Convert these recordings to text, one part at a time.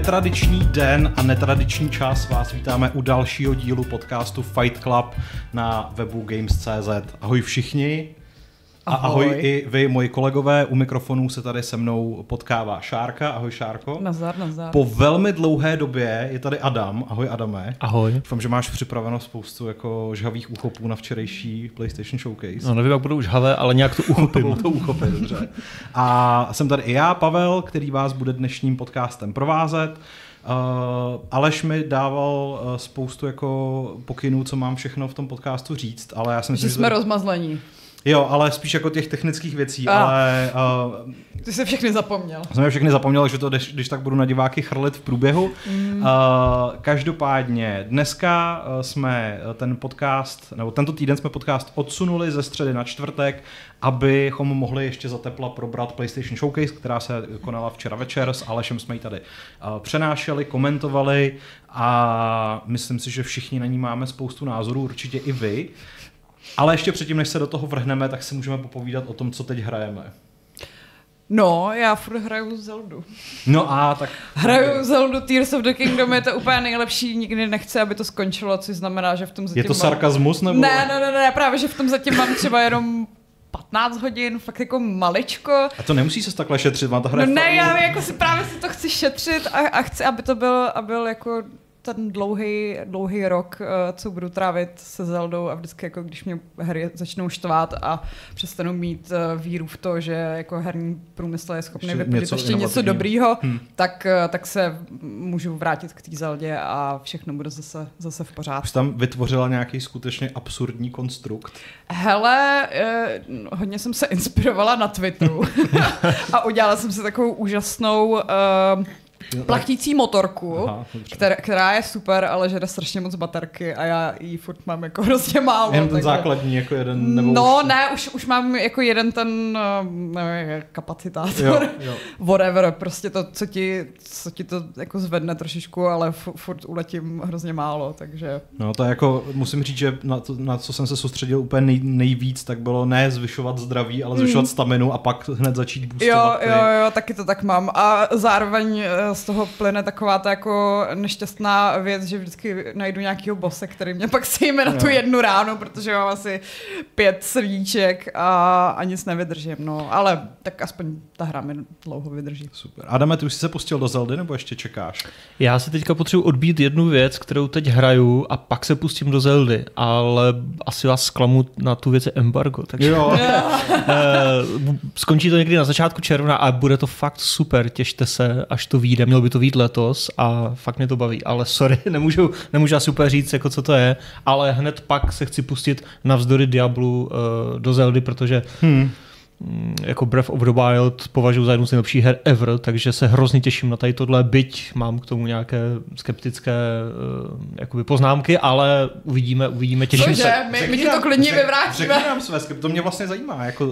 netradiční den a netradiční čas vás vítáme u dalšího dílu podcastu Fight Club na webu Games.cz. Ahoj všichni. A ahoj i vy, moji kolegové. U mikrofonů se tady se mnou potkává Šárka. Ahoj Šárko. Nazdar, nazdar. Po velmi dlouhé době je tady Adam. Ahoj Adame. Ahoj. Doufám, že máš připraveno spoustu jako žhavých úchopů na včerejší PlayStation Showcase. No nevím, jak budou žhavé, ale nějak to uchopím. To uchopím, dobře. A jsem tady i já, Pavel, který vás bude dnešním podcastem provázet. Aleš mi dával spoustu jako pokynů, co mám všechno v tom podcastu říct, ale já si myslím, že jsme rozmazlení. Jo, ale spíš jako těch technických věcí, ale... Ty jsi všechny zapomněl. Jsem je všechny zapomněl, že to když tak budu na diváky chrlit v průběhu. Každopádně dneska jsme ten podcast, nebo tento týden jsme podcast odsunuli ze středy na čtvrtek, abychom mohli ještě za tepla probrat PlayStation Showcase, která se konala včera večer. S Alešem jsme ji tady přenášeli, komentovali a myslím si, že všichni na ní máme spoustu názorů, určitě i vy. Ale ještě předtím, než se do toho vrhneme, tak si můžeme popovídat o tom, co teď hrajeme. No, já furt hraju Zeldu. No a tak... Hraju Zeldu Tears of the Kingdom, je to úplně nejlepší, nikdy nechci, aby to skončilo, což znamená, že v tom zatím Je to sarkazmus nebo... Ne, právě, že v tom zatím mám třeba jenom 15 hodin, fakt jako maličko. A to nemusí se takhle šetřit, má ta hra. No ne, já jako si právě si to chci šetřit a chci, aby to byl jako ten dlouhý rok, co budu trávit se Zeldou a vždycky, jako když mě hry začnou štvát a přestanu mít víru v to, že jako herní průmysl je schopný vypudit ještě něco dobrýho, tak se můžu vrátit k té Zeldě a všechno bude zase v pořádku. Už tam vytvořila nějaký skutečně absurdní konstrukt? Hele, hodně jsem se inspirovala na Twitteru a udělala jsem si takovou úžasnou... plachtící motorku, která je super, ale žere strašně moc baterky a já ji furt mám jako hrozně málo. Jen ten základní jako jeden nebo... No ne, už mám jako jeden ten nevím, kapacitátor. Jo. Whatever, prostě to, co ti to jako zvedne trošičku, ale furt uletím hrozně málo, takže... No to je jako, musím říct, že na co jsem se soustředil úplně nejvíc, tak bylo ne zvyšovat zdraví, ale zvyšovat staminu a pak hned začít boostovat. Jo, taky to tak mám a zároveň z toho plyne taková ta jako nešťastná věc, že vždycky najdu nějakýho bose, který mě pak sejme na tu jednu ránu, protože mám asi 5 srdíček a nic nevydržím, no, ale tak aspoň ta hra mi dlouho vydrží. Super. Adame, ty už jsi se pustil do Zeldy, nebo ještě čekáš? Já si teďka potřebuji odbít jednu věc, kterou teď hraju a pak se pustím do Zeldy, ale asi vás zklamu, na tu věc je embargo, takže jo. Skončí to někdy na začátku června a bude to fakt super, těšte se, až to vyjde. Mělo by to vyjít letos a fakt mě to baví, ale sorry, nemůžu asi úplně říct, jako co to je, ale hned pak se chci pustit navzdory Diablu do Zeldy, protože jako Breath of the Wild považuji za jednu z nejlepších her ever, takže se hrozně těším na tady tohle, byť mám k tomu nějaké skeptické jakoby poznámky, ale uvidíme, těším se. My ti to klidně vyvrátíme. Řekni nám své skepty, to mě vlastně zajímá, jako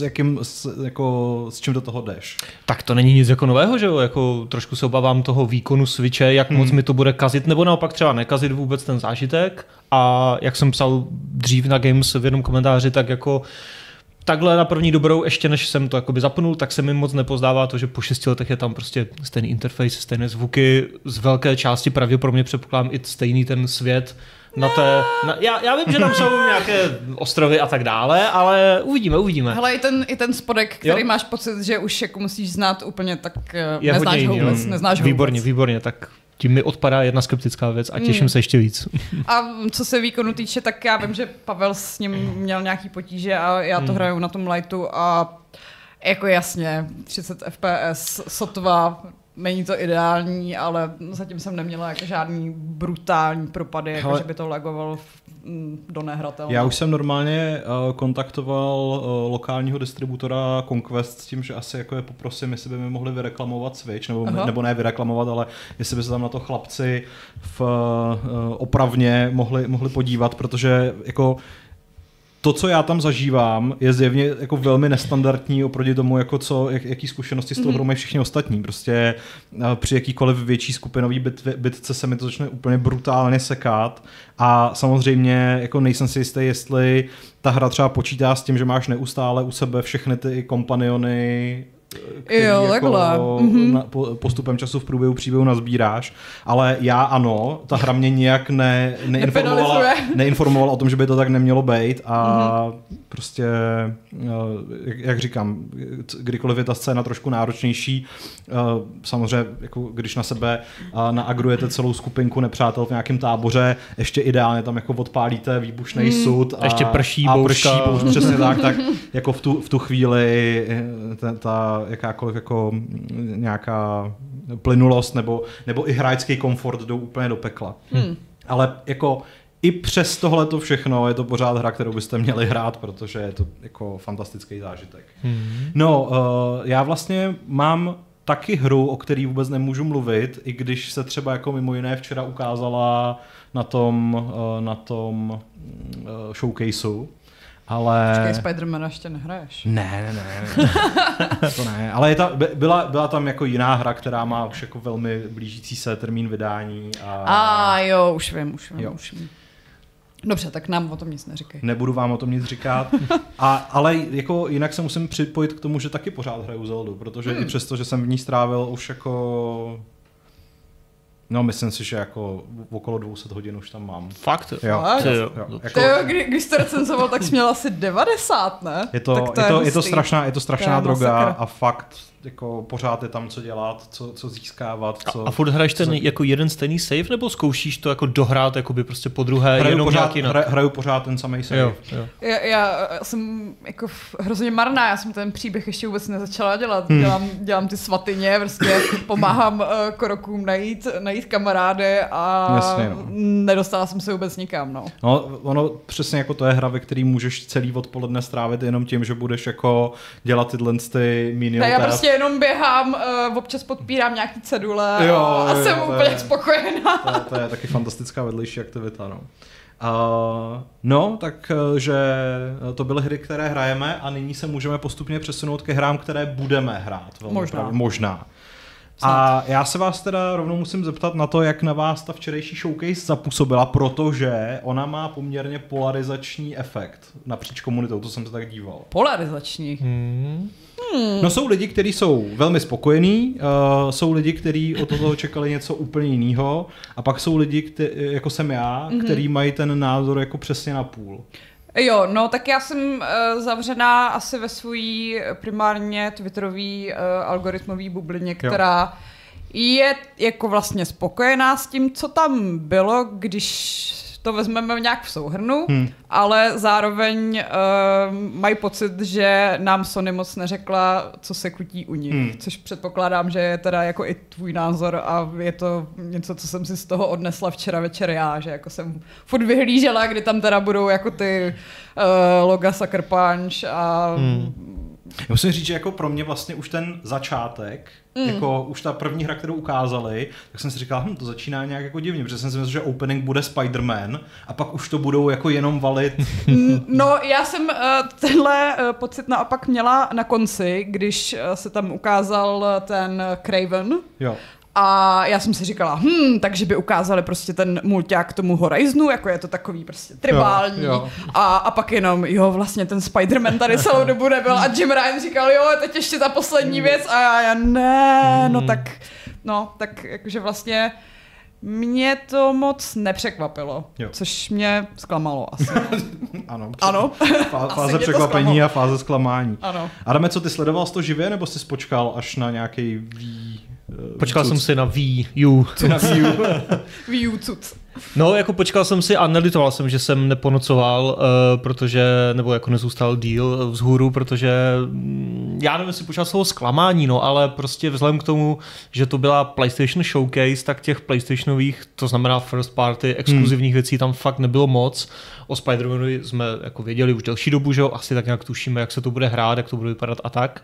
s čím do toho jdeš. Tak to není nic jako nového, že jo, jako trošku se obávám toho výkonu Switche, jak moc mi to bude kazit, nebo naopak třeba nekazit vůbec ten zážitek a jak jsem psal dřív na Games v jednom komentáři, tak jako takhle na první dobrou, ještě než jsem to jakoby zapnul, tak se mi moc nepozdává to, že po 6 letech je tam prostě stejný interface, stejné zvuky, z velké části pravděpodobně předpokládám i stejný ten svět. Já vím, že tam jsou nějaké ostrovy a tak dále, ale uvidíme. Hele, i ten spodek, který máš pocit, že už jako musíš znát úplně, tak neznáš ho vůbec. Výborně, tak tím mi odpadá jedna skeptická věc a těším se ještě víc. A co se výkonu týče, tak já vím, že Pavel s ním měl nějaký potíže a já to hraju na tom lightu a jako jasně, 30 FPS sotva, není to ideální, ale zatím jsem neměla jako žádný brutální propady, jako že by to lagovalo do nehratelného. Já už jsem normálně kontaktoval lokálního distributora Conquest s tím, že asi jako je poprosím, jestli by mi mohli vyreklamovat Switch, nebo ne vyreklamovat, ale jestli by se tam na to chlapci v opravně mohli podívat, protože jako to, co já tam zažívám, je zjevně jako velmi nestandardní oproti tomu, jako jaký zkušenosti s tou hrou mají všichni ostatní. Prostě při jakýkoliv větší skupinový bitce se mi to začne úplně brutálně sekat a samozřejmě jako nejsem si jistý, jestli ta hra třeba počítá s tím, že máš neustále u sebe všechny ty kompaniony který jako postupem času v průběhu příběhu nazbíráš, ale já ano, ta hra mě nijak neinformovala o tom, že by to tak nemělo být a prostě, jak říkám, kdykoliv je ta scéna trošku náročnější, samozřejmě, jako když na sebe naagrujete celou skupinku nepřátel v nějakém táboře, ještě ideálně tam jako odpálíte výbušnej sud a ještě prší přesně tak jako v tu chvíli ta jakákoliv jako nějaká plynulost nebo i hráčský komfort jdou úplně do pekla. Ale jako i přes tohleto všechno je to pořád hra, kterou byste měli hrát, protože je to jako fantastický zážitek. No, já vlastně mám taky hru, o který vůbec nemůžu mluvit, i když se třeba jako mimo jiné včera ukázala na tom showcaseu. Ale... Počkej, Spider-Mana ještě nehraješ? Ne. To ne, ale byla tam jako jiná hra, která má už jako velmi blížící se termín vydání. Jo, už vím. Dobře, tak nám o tom nic neříkej. Nebudu vám o tom nic říkat, ale jako jinak se musím připojit k tomu, že taky pořád hraju Zeldu, protože i přesto, že jsem v ní strávil už jako... No, myslím si, že jako okolo 200 hodin už tam mám. Fakt? Jo. Když jste recenzoval, tak jsi měl asi 90, ne? Je to strašná droga a fakt jako pořád je tam co dělat, co získávat. A furt hraješ ten jako jeden stejný save, nebo zkoušíš to jako dohrát jakoby prostě po druhé jenom nějak jinak? Hraju pořád ten samý save. Jo. Já jsem jako hrozně marná, já jsem ten příběh ještě vůbec nezačala dělat. Dělám ty svatyně, prostě pomáhám krokům najít kamarády a jasně, no. Nedostala jsem se vůbec nikam. No, ono přesně jako to je hra, ve který můžeš celý odpoledne strávit jenom tím, že budeš jako dělat tyhle menial já prostě jenom běhám, občas podpírám nějaký cedule a jsem úplně spokojená. To je taky fantastická vedlejší aktivita. Takže to byly hry, které hrajeme a nyní se můžeme postupně přesunout ke hrám, které budeme hrát. Možná. A já se vás teda rovnou musím zeptat na to, jak na vás ta včerejší showcase zapůsobila, protože ona má poměrně polarizační efekt napříč komunitou, to jsem se tak díval. Polarizační? No jsou lidi, kteří jsou velmi spokojení, jsou lidi, kteří od toho čekali něco úplně jiného a pak jsou lidi, jako jsem já, kteří mají ten názor jako přesně na půl. Jo, no tak já jsem zavřená asi ve svojí primárně twitterový algoritmový bublině, která je jako vlastně spokojená s tím, co tam bylo, když to vezmeme nějak v souhrnu, ale zároveň mají pocit, že nám Sony moc neřekla, co se kutí u nich, což předpokládám, že je teda jako i tvůj názor a je to něco, co jsem si z toho odnesla včera večer já, že jako jsem furt vyhlížela, kdy tam teda budou jako ty loga Sucker Punch a... Já musím říct, že jako pro mě vlastně už ten začátek, jako už ta první hra, kterou ukázali, tak jsem si říkal, to začíná nějak jako divně, protože jsem si myslel, že opening bude Spider-Man a pak už to budou jako jenom valit. No, já jsem tenhle pocit naopak měla na konci, když se tam ukázal ten Kraven. Jo. A já jsem si říkala, takže by ukázali prostě ten mulťák tomu Horizonu, jako je to takový prostě tribální. Jo. A pak jenom, vlastně ten Spider-Man tady celou dobu nebyl a Jim Ryan říkal, teď ještě ta poslední věc a já ne, tak jakože vlastně mě to moc nepřekvapilo, což mě zklamalo asi. Ano. Fáze překvapení a fáze zklamání. Ano. Adame, co ty sledoval jsi to živě, nebo jsi počkal až na nějaký Počkal jsem si na Wii U. Wii U cuc. No, jako počkal jsem si a nelitoval jsem, že jsem neponocoval, nebo jako nezůstal díl vzhůru, protože já nevím, jestli počal slovo zklamání, ale prostě vzhledem k tomu, že to byla PlayStation Showcase, tak těch PlayStationových, to znamená first party, exkluzivních věcí tam fakt nebylo moc. O Spider-Manu jsme jako věděli už delší dobu, že jo, asi tak nějak tušíme, jak se to bude hrát, jak to bude vypadat a tak.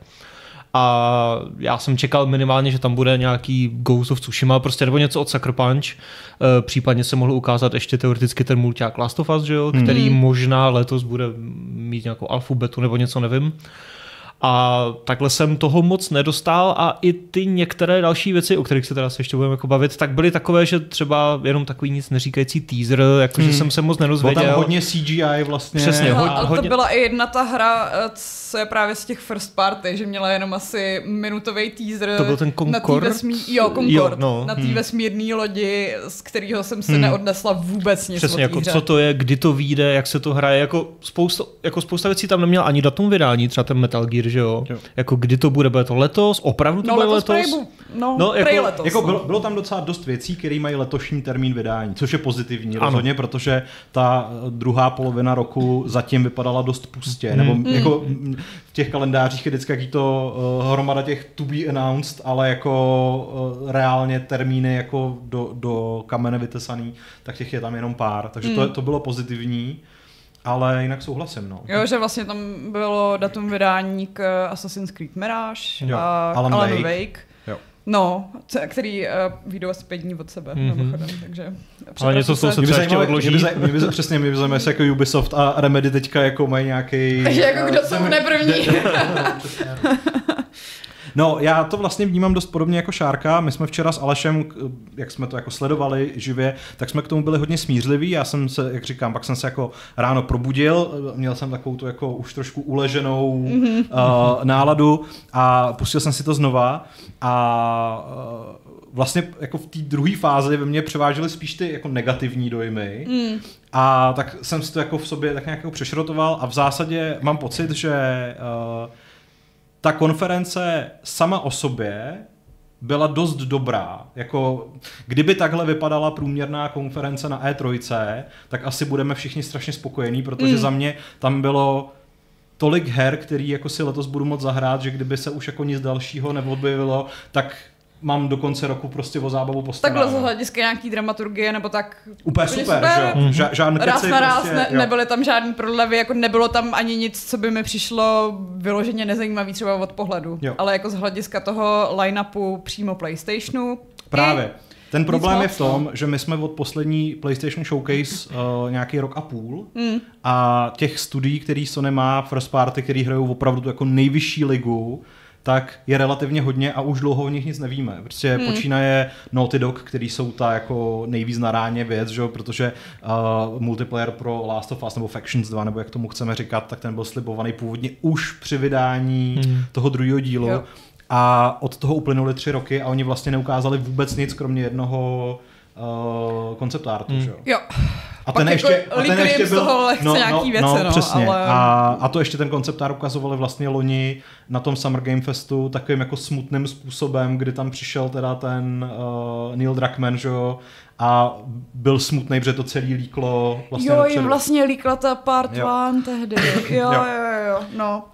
A já jsem čekal minimálně, že tam bude nějaký Ghost of Tsushima, prostě nebo něco od Sucker Punch. Případně se mohl ukázat ještě teoreticky ten mulťák Last of Us, že jo, který možná letos bude mít nějakou alfu, betu nebo něco, nevím. A takhle jsem toho moc nedostal a i ty některé další věci, o kterých se teda se ještě budeme jako bavit, tak byly takové, že třeba jenom takový nic neříkající teaser, jakože jsem se moc nedozvěděl. Bylo tam hodně CGI vlastně. Přesně, ale to byla i jedna ta hra, co je právě z těch first party, že měla jenom asi minutový teaser. To byl ten Concorde? Concorde. Na té vesmírné lodi, z kterého jsem se neodnesla vůbec nic. Přesně, jako co to je, kdy to vyjde, jak se to hraje, jako spousta věcí tam neměla ani datum vydání, třeba ten Metal Gear, že jo? Jako kdy to bude to letos? Opravdu to bude letos? Letos. Bylo tam docela dost věcí, které mají letošní termín vydání, což je pozitivní rozhodně, protože ta druhá polovina roku zatím vypadala dost pustě, nebo jako v těch kalendářích je vždycky jaký to hromada těch to be announced, ale jako reálně termíny jako do kamene vytesaný, tak těch je tam jenom pár, takže to bylo pozitivní. Ale jinak souhlasím, no. Jo, že vlastně tam bylo datum vydání k Assassin's Creed Mirage a Alan Wake. Jo. No, který vyjdou asi 5 dní od sebe, mimochodem, takže... Ale něco z toho se třeba ještě odloží. Mě by zajímalo, jestli jako Ubisoft a Remedy teďka jako mají nějaký... Takže jako kdo jsou neprvní. No, já to vlastně vnímám dost podobně jako Šárka. My jsme včera s Alešem, jak jsme to jako sledovali živě, tak jsme k tomu byli hodně smířliví. Já jsem se, jak říkám, pak jsem se jako ráno probudil, měl jsem takovou tu jako už trošku uleženou náladu a pustil jsem si to znova a vlastně jako v té druhé fázi ve mně převážely spíš ty jako negativní dojmy. A tak jsem si to jako v sobě tak nějak jako přešrotoval a v zásadě mám pocit, že ta konference sama o sobě byla dost dobrá. Jako, kdyby takhle vypadala průměrná konference na E3, tak asi budeme všichni strašně spokojení, protože za mě tam bylo tolik her, který jako si letos budu moct zahrát, že kdyby se už jako nic dalšího neodbavilo, tak mám do konce roku prostě o zábavu postaráno. Takhle z hlediska nějaký dramaturgie nebo tak... Úplně super, že jo? Žádný keci raz na raz prostě, nebyly tam žádný prodlevy, jako nebylo tam ani nic, co by mi přišlo vyloženě nezajímavý třeba od pohledu. Jo. Ale jako z hlediska toho line-upu přímo PlayStationu... Právě. Ten problém je v tom, že my jsme od poslední PlayStation Showcase nějaký rok a půl a těch studií, který Sony má first party, který hrajou opravdu tu jako nejvyšší ligu, tak je relativně hodně a už dlouho o nich nic nevíme. Prostě počínaje Naughty Dog, který jsou ta jako nejvíc na ráně věc, že? Protože multiplayer pro Last of Us nebo Factions 2, nebo jak tomu chceme říkat, tak ten byl slibovaný původně už při vydání toho druhého dílu. Jo. A od toho uplynuly 3 roky a oni vlastně neukázali vůbec nic, kromě jednoho koncept artu. Že? Jo. A ten ještě byl z toho lehce nějaký věci, přesně. Ale... A to ještě ten koncept art ukazovali vlastně loni na tom Summer Game Festu takovým jako smutným způsobem, kdy tam přišel teda ten Neil Druckmann, že jo, a byl smutný, protože to celý líklo vlastně jo, dopředu. Jim vlastně líkla ta part 1 tehdy. Jo, no.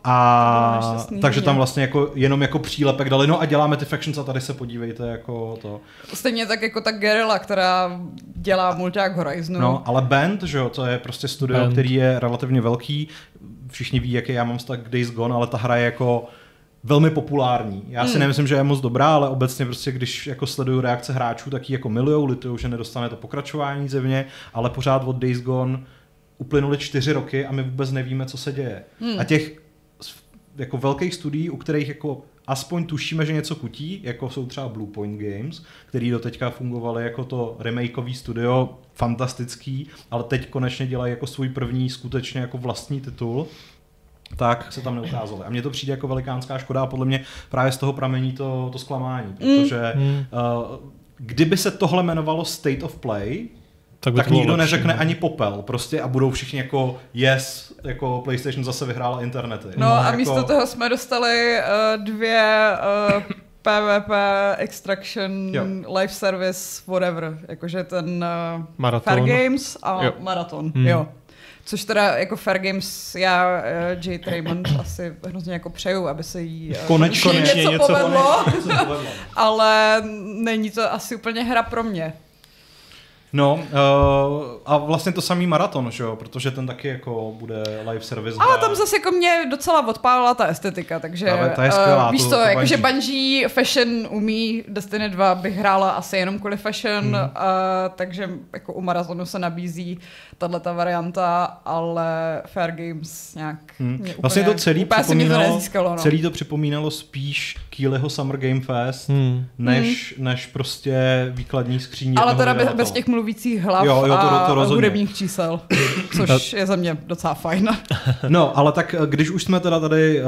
A takže tam vlastně jako jenom jako přílepek dali, no a děláme ty Factions a tady se podívejte jako to. Stejně tak jako ta Guerrilla, která dělá mulťák Horizonu. No, ale Band, že jo, to je prostě studio, který je relativně velký. Všichni ví, jaký já mám vztah k Days Gone, ale ta hra je jako velmi populární. Já si nemyslím, že je moc dobrá, ale obecně prostě, když jako sleduju reakce hráčů, tak ji jako milujou, litujou, že nedostane to pokračování zevně, ale pořád od Days Gone uplynuly 4 roky a my vůbec nevíme, co se děje. A těch jako velkých studií, u kterých jako aspoň tušíme, že něco kutí, jako jsou třeba Blue Point Games, který doteďka fungovaly jako to remakeový studio, fantastický, ale teď konečně dělají jako svůj první skutečně jako vlastní titul, tak se tam neukázalo. A mně to přijde jako velikánská škoda a podle mě právě z toho pramení to zklamání, protože kdyby se tohle jmenovalo State of Play, tak nikdo neřekne ani popel prostě a budou všichni jako yes, jako PlayStation zase vyhrála internety. No a jako... místo toho jsme dostali 2 PvP, Extraction, Live Service, whatever, jakože ten Fair Games a Marathon, jo. Což teda jako Fair Games já Jade Raymond asi hrozně jako přeju, aby se jí konečně něco povedlo, ale není to asi úplně hra pro mě. No, a vlastně to samý Marathon, že jo, protože ten taky jako bude live service. Ale tam zase jako mě docela odpálila ta estetika, takže ta je skvělá, víš to jakože Bungie fashion umí, Destiny 2 bych hrála asi jenom kvůli fashion, takže jako u Marathonu se nabízí tato varianta, ale Fair Games nějak úplně, vlastně to celý to připomínalo spíš Keelyho Summer Game Fest, než prostě výkladní skříň. Ale teda bez těch mluvících hlav a hudebních čísel, což je za mě docela fajn. No, ale tak když už jsme teda tady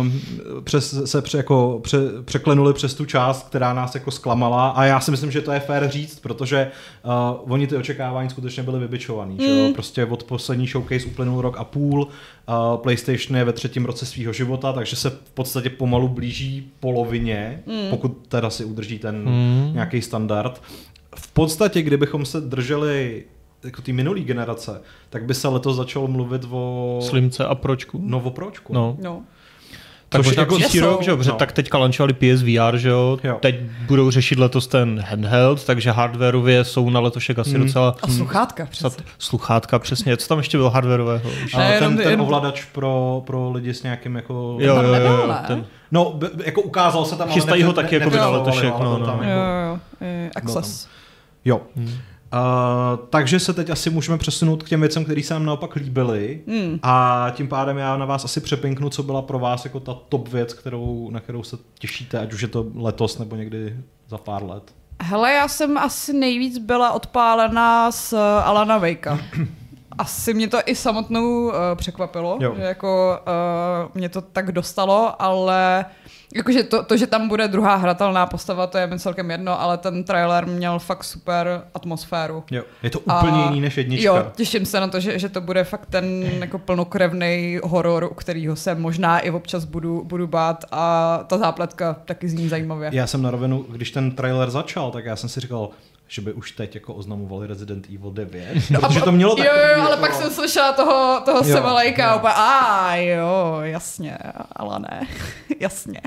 překlenuli přes tu část, která nás jako zklamala, a já si myslím, že to je fér říct, protože oni ty očekávání skutečně byly vybičovaný. Že jo? Prostě od poslední showcase uplynul rok a půl, PlayStation je ve 3. roce svého života, takže se v podstatě pomalu blíží polovině, pokud teda si udrží ten nějaký standard. V podstatě, kdybychom se drželi jako ty minulý generace, tak by se letos začalo mluvit o Slimce a Pročku. No, o Pročku. No. Tak možná jako příští rok, že jo, protože tak teďka lanchovali PSVR, že jo, teď budou řešit letos ten handheld, takže hardwarově jsou na letošek asi docela... A sluchátka přesně. Sluchátka přesně, co tam ještě bylo hardwarového? Ten ovladač pro lidi s nějakým jako... Jo, No, jako ukázal se tam, ale chystají ho taky jako na letošek, Access. Jo. Takže se teď asi můžeme přesunout k těm věcem, které se nám naopak líbily a tím pádem já na vás asi přepinknu, co byla pro vás jako ta top věc, na kterou se těšíte, ať už je to letos nebo někdy za pár let. Hele, já jsem asi nejvíc byla odpálená z Alana Wakea. Asi mě to i samotnou překvapilo, že jako mě to tak dostalo, ale jakože to, že tam bude druhá hratelná postava, to je mi celkem jedno, ale ten trailer měl fakt super atmosféru. Jo, je to úplně jiný než jednička. Jo, těším se na to, že to bude fakt ten jako plnokrevný horor, u kterého se možná i občas budu bát a ta zápletka taky zní zajímavě. Já jsem na rovinu, když ten trailer začal, tak já jsem si říkal, že by už teď jako oznamovali Resident Evil 9. No, protože to mělo takový... Jo, ale pak jsem slyšela toho Semalejka a úplně, jo, jasně, ale ne, jasně.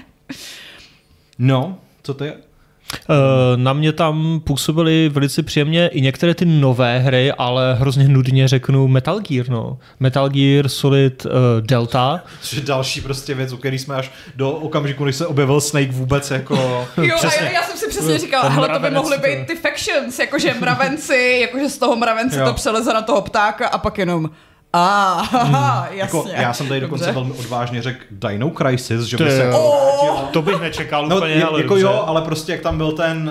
No, co to je? Na mě tam působily velice příjemně i některé ty nové hry, ale hrozně nudně řeknu Metal Gear, no. Metal Gear Solid Delta. Což je další prostě věc, u který jsme až do okamžiku, než se objevil Snake vůbec jako... Jo, a já jsem si přesně říkala, hele, to by mohly být ty factions, jakože mravenci, jakože z toho mravenci to přeleze na toho ptáka a pak jenom... jasně. Jako, já jsem tady dokonce velmi odvážně řekl Dino Crisis, že by se... To bych nečekal úplně, ale jako jo, ale prostě jak tam byl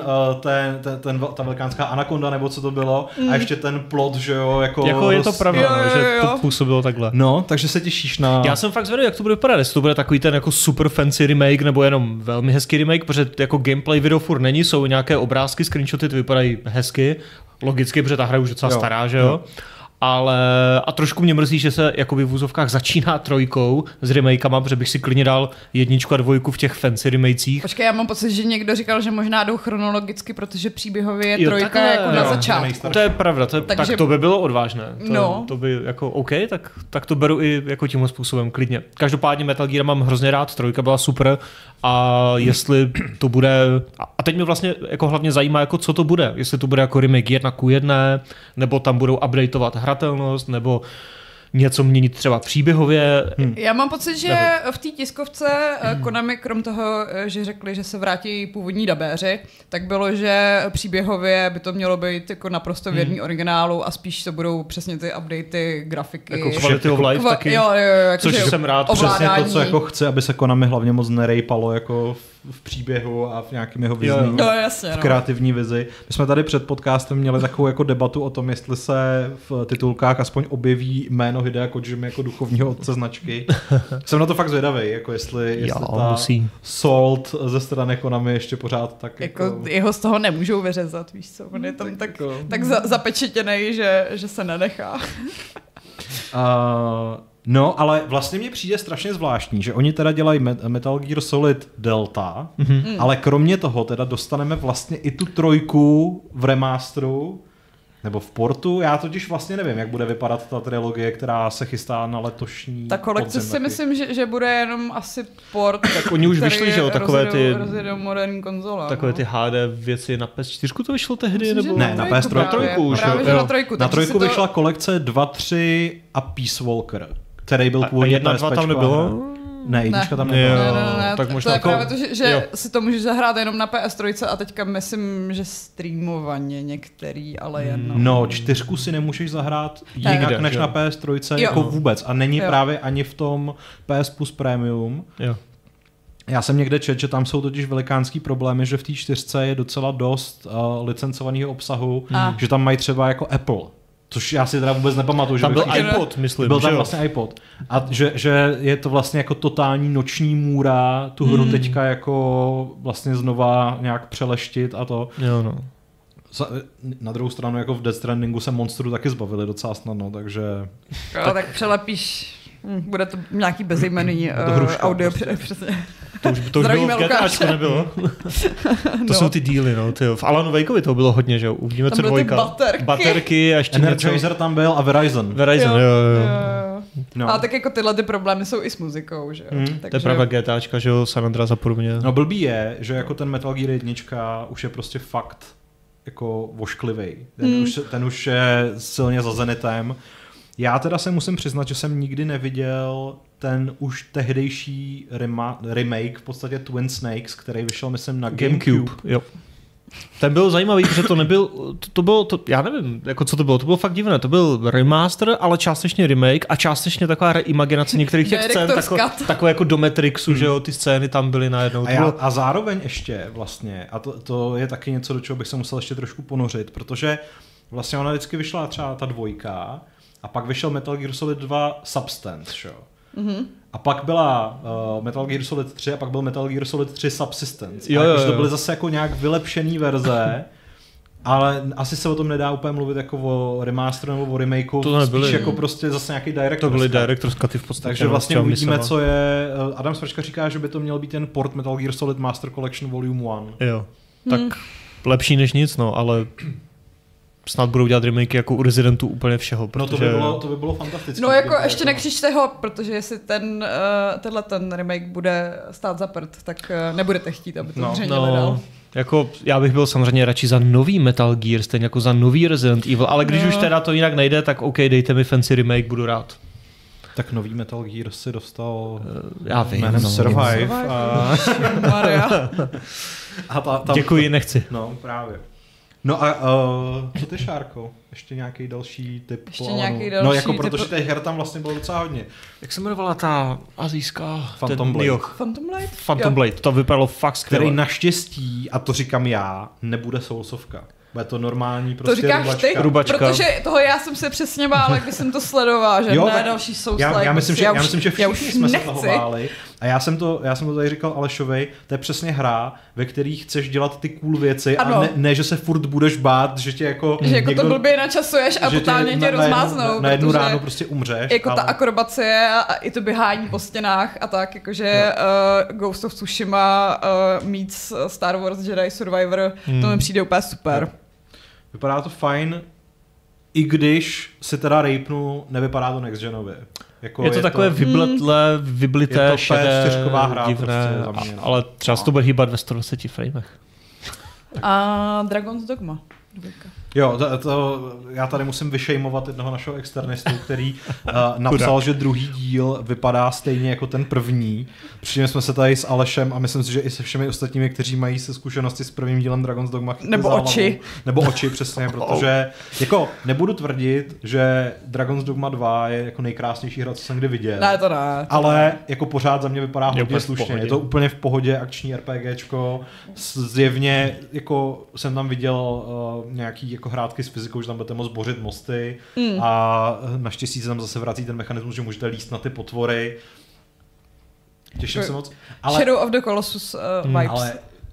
ta velikánská anakonda, nebo co to bylo, a ještě ten plot, že jo, jako je to pravda, že to působilo takhle. No, takže se těšíš na... Já jsem fakt zvědavý, jak to bude vypadat, jestli to bude takový ten jako super fancy remake, nebo jenom velmi hezký remake, protože jako gameplay video furt není, jsou nějaké obrázky, screenshoty, ty vypadají hezky, logicky, protože ta hra už docela stará, že jo. Ale a trošku mě mrzí, že se jakoby v úzovkách začíná 3 s remakeama, protože bych si klidně dal 1 a 2 v těch fancy remakech. Počkej, já mám pocit, že někdo říkal, že možná jdou chronologicky, protože příběhově je 3 jako na začátku. To je pravda, tak to by bylo odvážné. To by jako OK, tak to beru i jako tímhle způsobem klidně. Každopádně Metal Gear mám hrozně rád, 3 byla super a jestli to bude, a teď mě vlastně jako hlavně zajímá, jako co to bude, jestli to bude jako remake 1:1, nebo tam budou updateovat hratelnost, nebo něco měnit třeba příběhově. Já mám pocit, že v té tiskovce Konami, krom toho, že řekli, že se vrátí původní dabéři, tak bylo, že příběhově by to mělo být jako naprosto věrný originálu a spíš to budou přesně ty updaty, grafiky. Jako quality of life taky. Jo, což jsem rád. Přesně to, co jako chce, aby se Konami hlavně moc nerejpalo jako v příběhu a v nějakém jeho vyznění. V kreativní vizi. My jsme tady před podcastem měli takovou jako debatu o tom, jestli se v titulkách aspoň objeví jméno Hidea Kojimy jako duchovního otce značky. Jsem na to fakt zvědavý, jako jestli ta Salt ze strany Konami ještě pořád tak jako jeho z toho nemůžou vyřezat, víš co, on je tam tak zapečetěnej, že se nenechá. No, ale vlastně mně přijde strašně zvláštní, že oni teda dělají Metal Gear Solid Delta, ale kromě toho teda dostaneme vlastně i tu 3 v remasteru, Nebo v portu, já totiž vlastně nevím, jak bude vypadat ta trilogie, která se chystá na letošní ta kolekce si myslím, že bude jenom asi port, tak oni už vyšli, že jo, takové ty moderní konzole. Takové ty HD věci na PS4 to vyšlo tehdy, Myslím, nebo? Ne, na PS3 už. Právě, že na trojku. Na trojku vyšla kolekce 2, 3 a Peace Walker, který byl původně 1, 2 tam nebylo? Ne, jednička tam nebyla. Ne. Tak možná to je právě to, že si to můžeš zahrát jenom na PS3 a teďka myslím, že streamovaně některý, ale jenom. No, 4 si nemůžeš zahrát jinak než na PS3 jako vůbec. A není právě ani v tom PS Plus Premium. Jo. Já jsem někde četl, že tam jsou totiž velikánský problémy, že v té 4 je docela dost licencovaného obsahu, že tam mají třeba jako Apple. Což já si teda vůbec nepamatuju. Tam byl iPod, myslím. Byl tam vlastně iPod. A že je to vlastně jako totální noční můra tu hru teďka jako vlastně znova nějak přeleštit a to. Jo, no. Na druhou stranu jako v Death Strandingu se monstru taky zbavili docela snadno, takže... Jo, tak přelepíš, bude to nějaký bezejmenný audio, přesně. To už bylo v GTAčku, nebylo? To jsou ty díly, no. Tyjo. V Alanu Wakeovi to bylo hodně, že jo. Uvidíme co dvojka. Baterky a ještě Energizer tam byl a Verizon. Jo. No. A tak jako tyhle ty problémy jsou i s muzikou, že jo. Takže... To je pravda GTAčka, že jo, San Andreas a podobně. No blbý je, že jako ten Metal Gear 1 už je prostě fakt jako vošklivej. Ten už je silně za Zenitem. Já teda se musím přiznat, že jsem nikdy neviděl ten už tehdejší remake, v podstatě Twin Snakes, který vyšel, myslím, na GameCube. Jo. Ten byl zajímavý, protože to nebyl, to bylo, já nevím, jako co to bylo fakt divné, to byl remaster, ale částečně remake a částečně taková reimaginace některých těch scén, takové jako do Matrixu, že jo, ty scény tam byly najednou. A zároveň ještě vlastně, a to je taky něco, do čeho bych se musel ještě trošku ponořit, protože vlastně ona vždycky vyšla třeba ta 2, a pak vyšel Metal Gear Solid 2 Substance, jo. Mm-hmm. A pak byla Metal Gear Solid 3 a pak byl Metal Gear Solid 3 Subsistence. Jo. To byly zase jako nějak vylepšený verze, ale asi se o tom nedá úplně mluvit jako o remasteru nebo o remakeu, spíš jako prostě zase nějaký director's cut. To byly director's cuty v podstatě. Takže vlastně uvidíme, co je... Adam Svrčka říká, že by to měl být ten port Metal Gear Solid Master Collection Volume 1. Jo, tak lepší než nic, no, ale... Snad budou dělat remakey jako u Residentu úplně všeho. Protože... No to by bylo fantastické. No jako ještě nekřičte ho, protože jestli ten remake bude stát za prd, tak nebudete chtít, aby to zřejmě dal. Jako já bych byl samozřejmě radši za nový Metal Gear, stejně jako za nový Resident Evil, ale když už teda to jinak nejde, tak OK, dejte mi fancy remake, budu rád. Tak nový Metal Gear si dostal já vím, jménem Survive. Děkuji, nechci. No právě. No a co ty, Šárko? Ještě nějaký další tip? No jako protože těch her tam vlastně bylo docela hodně. Jak se jmenovala ta asijská? Phantom Blade. Phantom Blade, to vypadalo fakt skvěle. Který naštěstí, a to říkám já, nebude soulsovka. Bude to normální prostě to říkáš rubačka. Protože toho já jsem se přesně bála, když jsem to sledoval, že ne další Souls-like. Já myslím, že všichni jsme se toho báli. A já jsem to tady říkal Alešovi, to je přesně hra, ve které chceš dělat ty cool věci a ne, že se furt budeš bát, že tě jako... Že jako to blbě načasuješ a totálně tě rozmáznou. Na jednu ráno prostě umřeš. Jako ta akrobacie a i to běhání po stěnách a tak, jakože Ghost of Tsushima meets Star Wars Jedi Survivor, to mi přijde úplně super. Vypadá to fajn, i když si teda rejpnu, nevypadá to next-genově. Jako je to takové vyblité, šedé, hra divné, prostě ale třeba to bude hýbat ve 120 framech. A Dragon's Dogma 2. Jo, já tady musím vyšejmovat jednoho našeho externistu, který napsal, že druhý díl vypadá stejně jako ten první. Přičemž jsme se tady s Alešem a myslím si, že i se všemi ostatními, kteří mají se zkušenosti s prvním dílem Dragon's Dogma. Nebo oči. Nebo oči, přesně, protože jako nebudu tvrdit, že Dragon's Dogma 2 je jako nejkrásnější hra, co jsem kdy viděl. Ne, to ne. Ale jako pořád za mě vypadá hodně slušně. Je to úplně v pohodě akční RPGčko. Zjevně jako jsem tam viděl nějaký jako hrátky s fyzikou, že tam budete moct bořit mosty a naštěstí se tam zase vrací ten mechanismus, že můžete líst na ty potvory. Těším se moc. Shadow of the Colossus vibes. Ale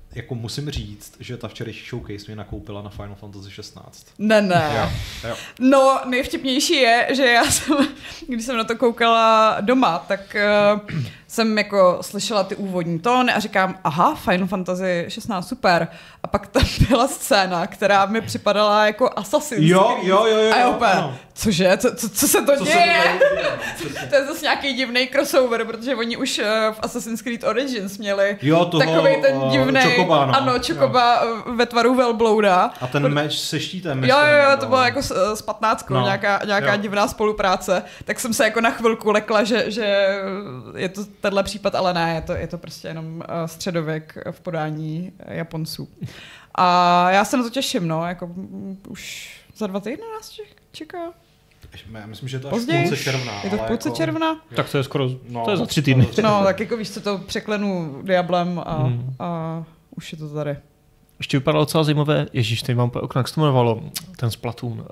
jako musím říct, že ta včerejší showcase mě nakoupila na Final Fantasy 16. Ne. Jo. No, nejvtipnější je, že já jsem, když jsem na to koukala doma, tak jsem jako slyšela ty úvodní tóny a říkám, aha, Final Fantasy 16, super. A pak tam byla scéna, která mi připadala jako Assassin's Creed. Jo. A já úplně, cože? Co se to děje? To je zase nějaký divný crossover, protože oni už v Assassin's Creed Origins měli takovej ten divnej, Chocoba, no. Ano, Chocoba ve tvaru Velblouda. A ten meč se štítem. Jo, to bylo jako s 15, nějaká divná spolupráce. Tak jsem se jako na chvilku lekla, že je to tenhle případ, ale ne, je to prostě jenom středověk v podání Japonců. A já se na to těším, no, jako už za 2 týdny nás čeká. Já myslím, že to až později, v půlce června. Je to v půlce června? Tak to je skoro, to je za 3 týdny. No, tak jako víš co, to překlenu Diablem a už je to tady. Ještě vypadalo docela zajímavé, ježíš, teď mám úplně okno, jak se to jmenovalo, ten Splatoon.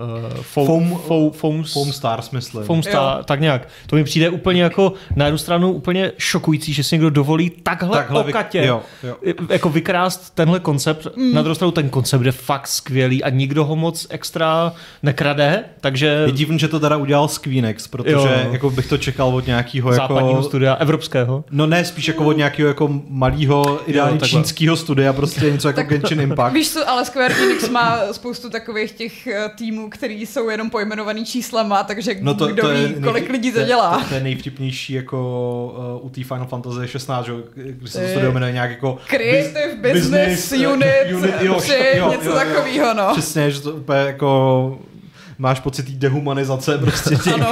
Foam Stars, myslím. Foam Star, tak nějak. To mi přijde úplně jako na jednu stranu úplně šokující, že si někdo dovolí takhle okatě jako vykrást tenhle koncept. Na druhou stranu ten koncept je fakt skvělý a nikdo ho moc extra nekrade, takže... Je divný, že to teda udělal Squeenix, protože jako bych to čekal od nějakého západního studia, evropského. No ne, spíš jako od nějakého jako malého, ideálně čínského studia, prostě něco jako Genshin Impact. Víš co, ale Square Enix má spoustu takových těch týmů, který jsou jenom pojmenovaný číslama, takže kdo ví, kolik lidí to dělá. To je nejvtipnější jako u té Final Fantasy 16, že, když se to studio jmenuje nějak jako Creative Business Unit 3, něco takového, no. Přesně, že to úplně jako... Máš pocit té dehumanizace prostě tím. Ano,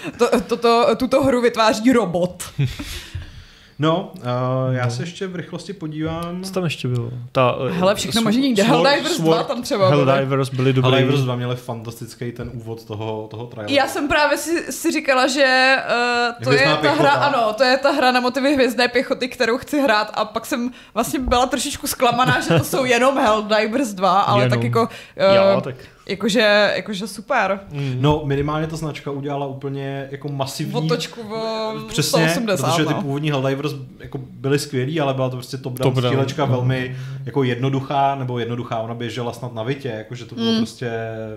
tuto hru vytváří robot. No, já se ještě v rychlosti podívám. Co tam ještě bylo? Hele, všechno možný jde. Helldivers 2 tam třeba Helldivers byli dobrý. Helldivers 2 měli fantastický ten úvod toho traileru. Já jsem právě si říkala, že to je ta hra, ano, to je ta hra na motivy Hvězdné pěchoty, kterou chci hrát a pak jsem vlastně byla trošičku zklamaná, že to jsou jenom Helldivers 2, ale tak jako... tak. Jakože super. No, minimálně ta značka udělala úplně jako masivní... Otočku přesně, 180, protože ty původní Helldivers jako byly skvělý, ale byla to prostě top-down střílečka velmi jako jednoduchá, ona běžela snad na vitě, jakože to bylo prostě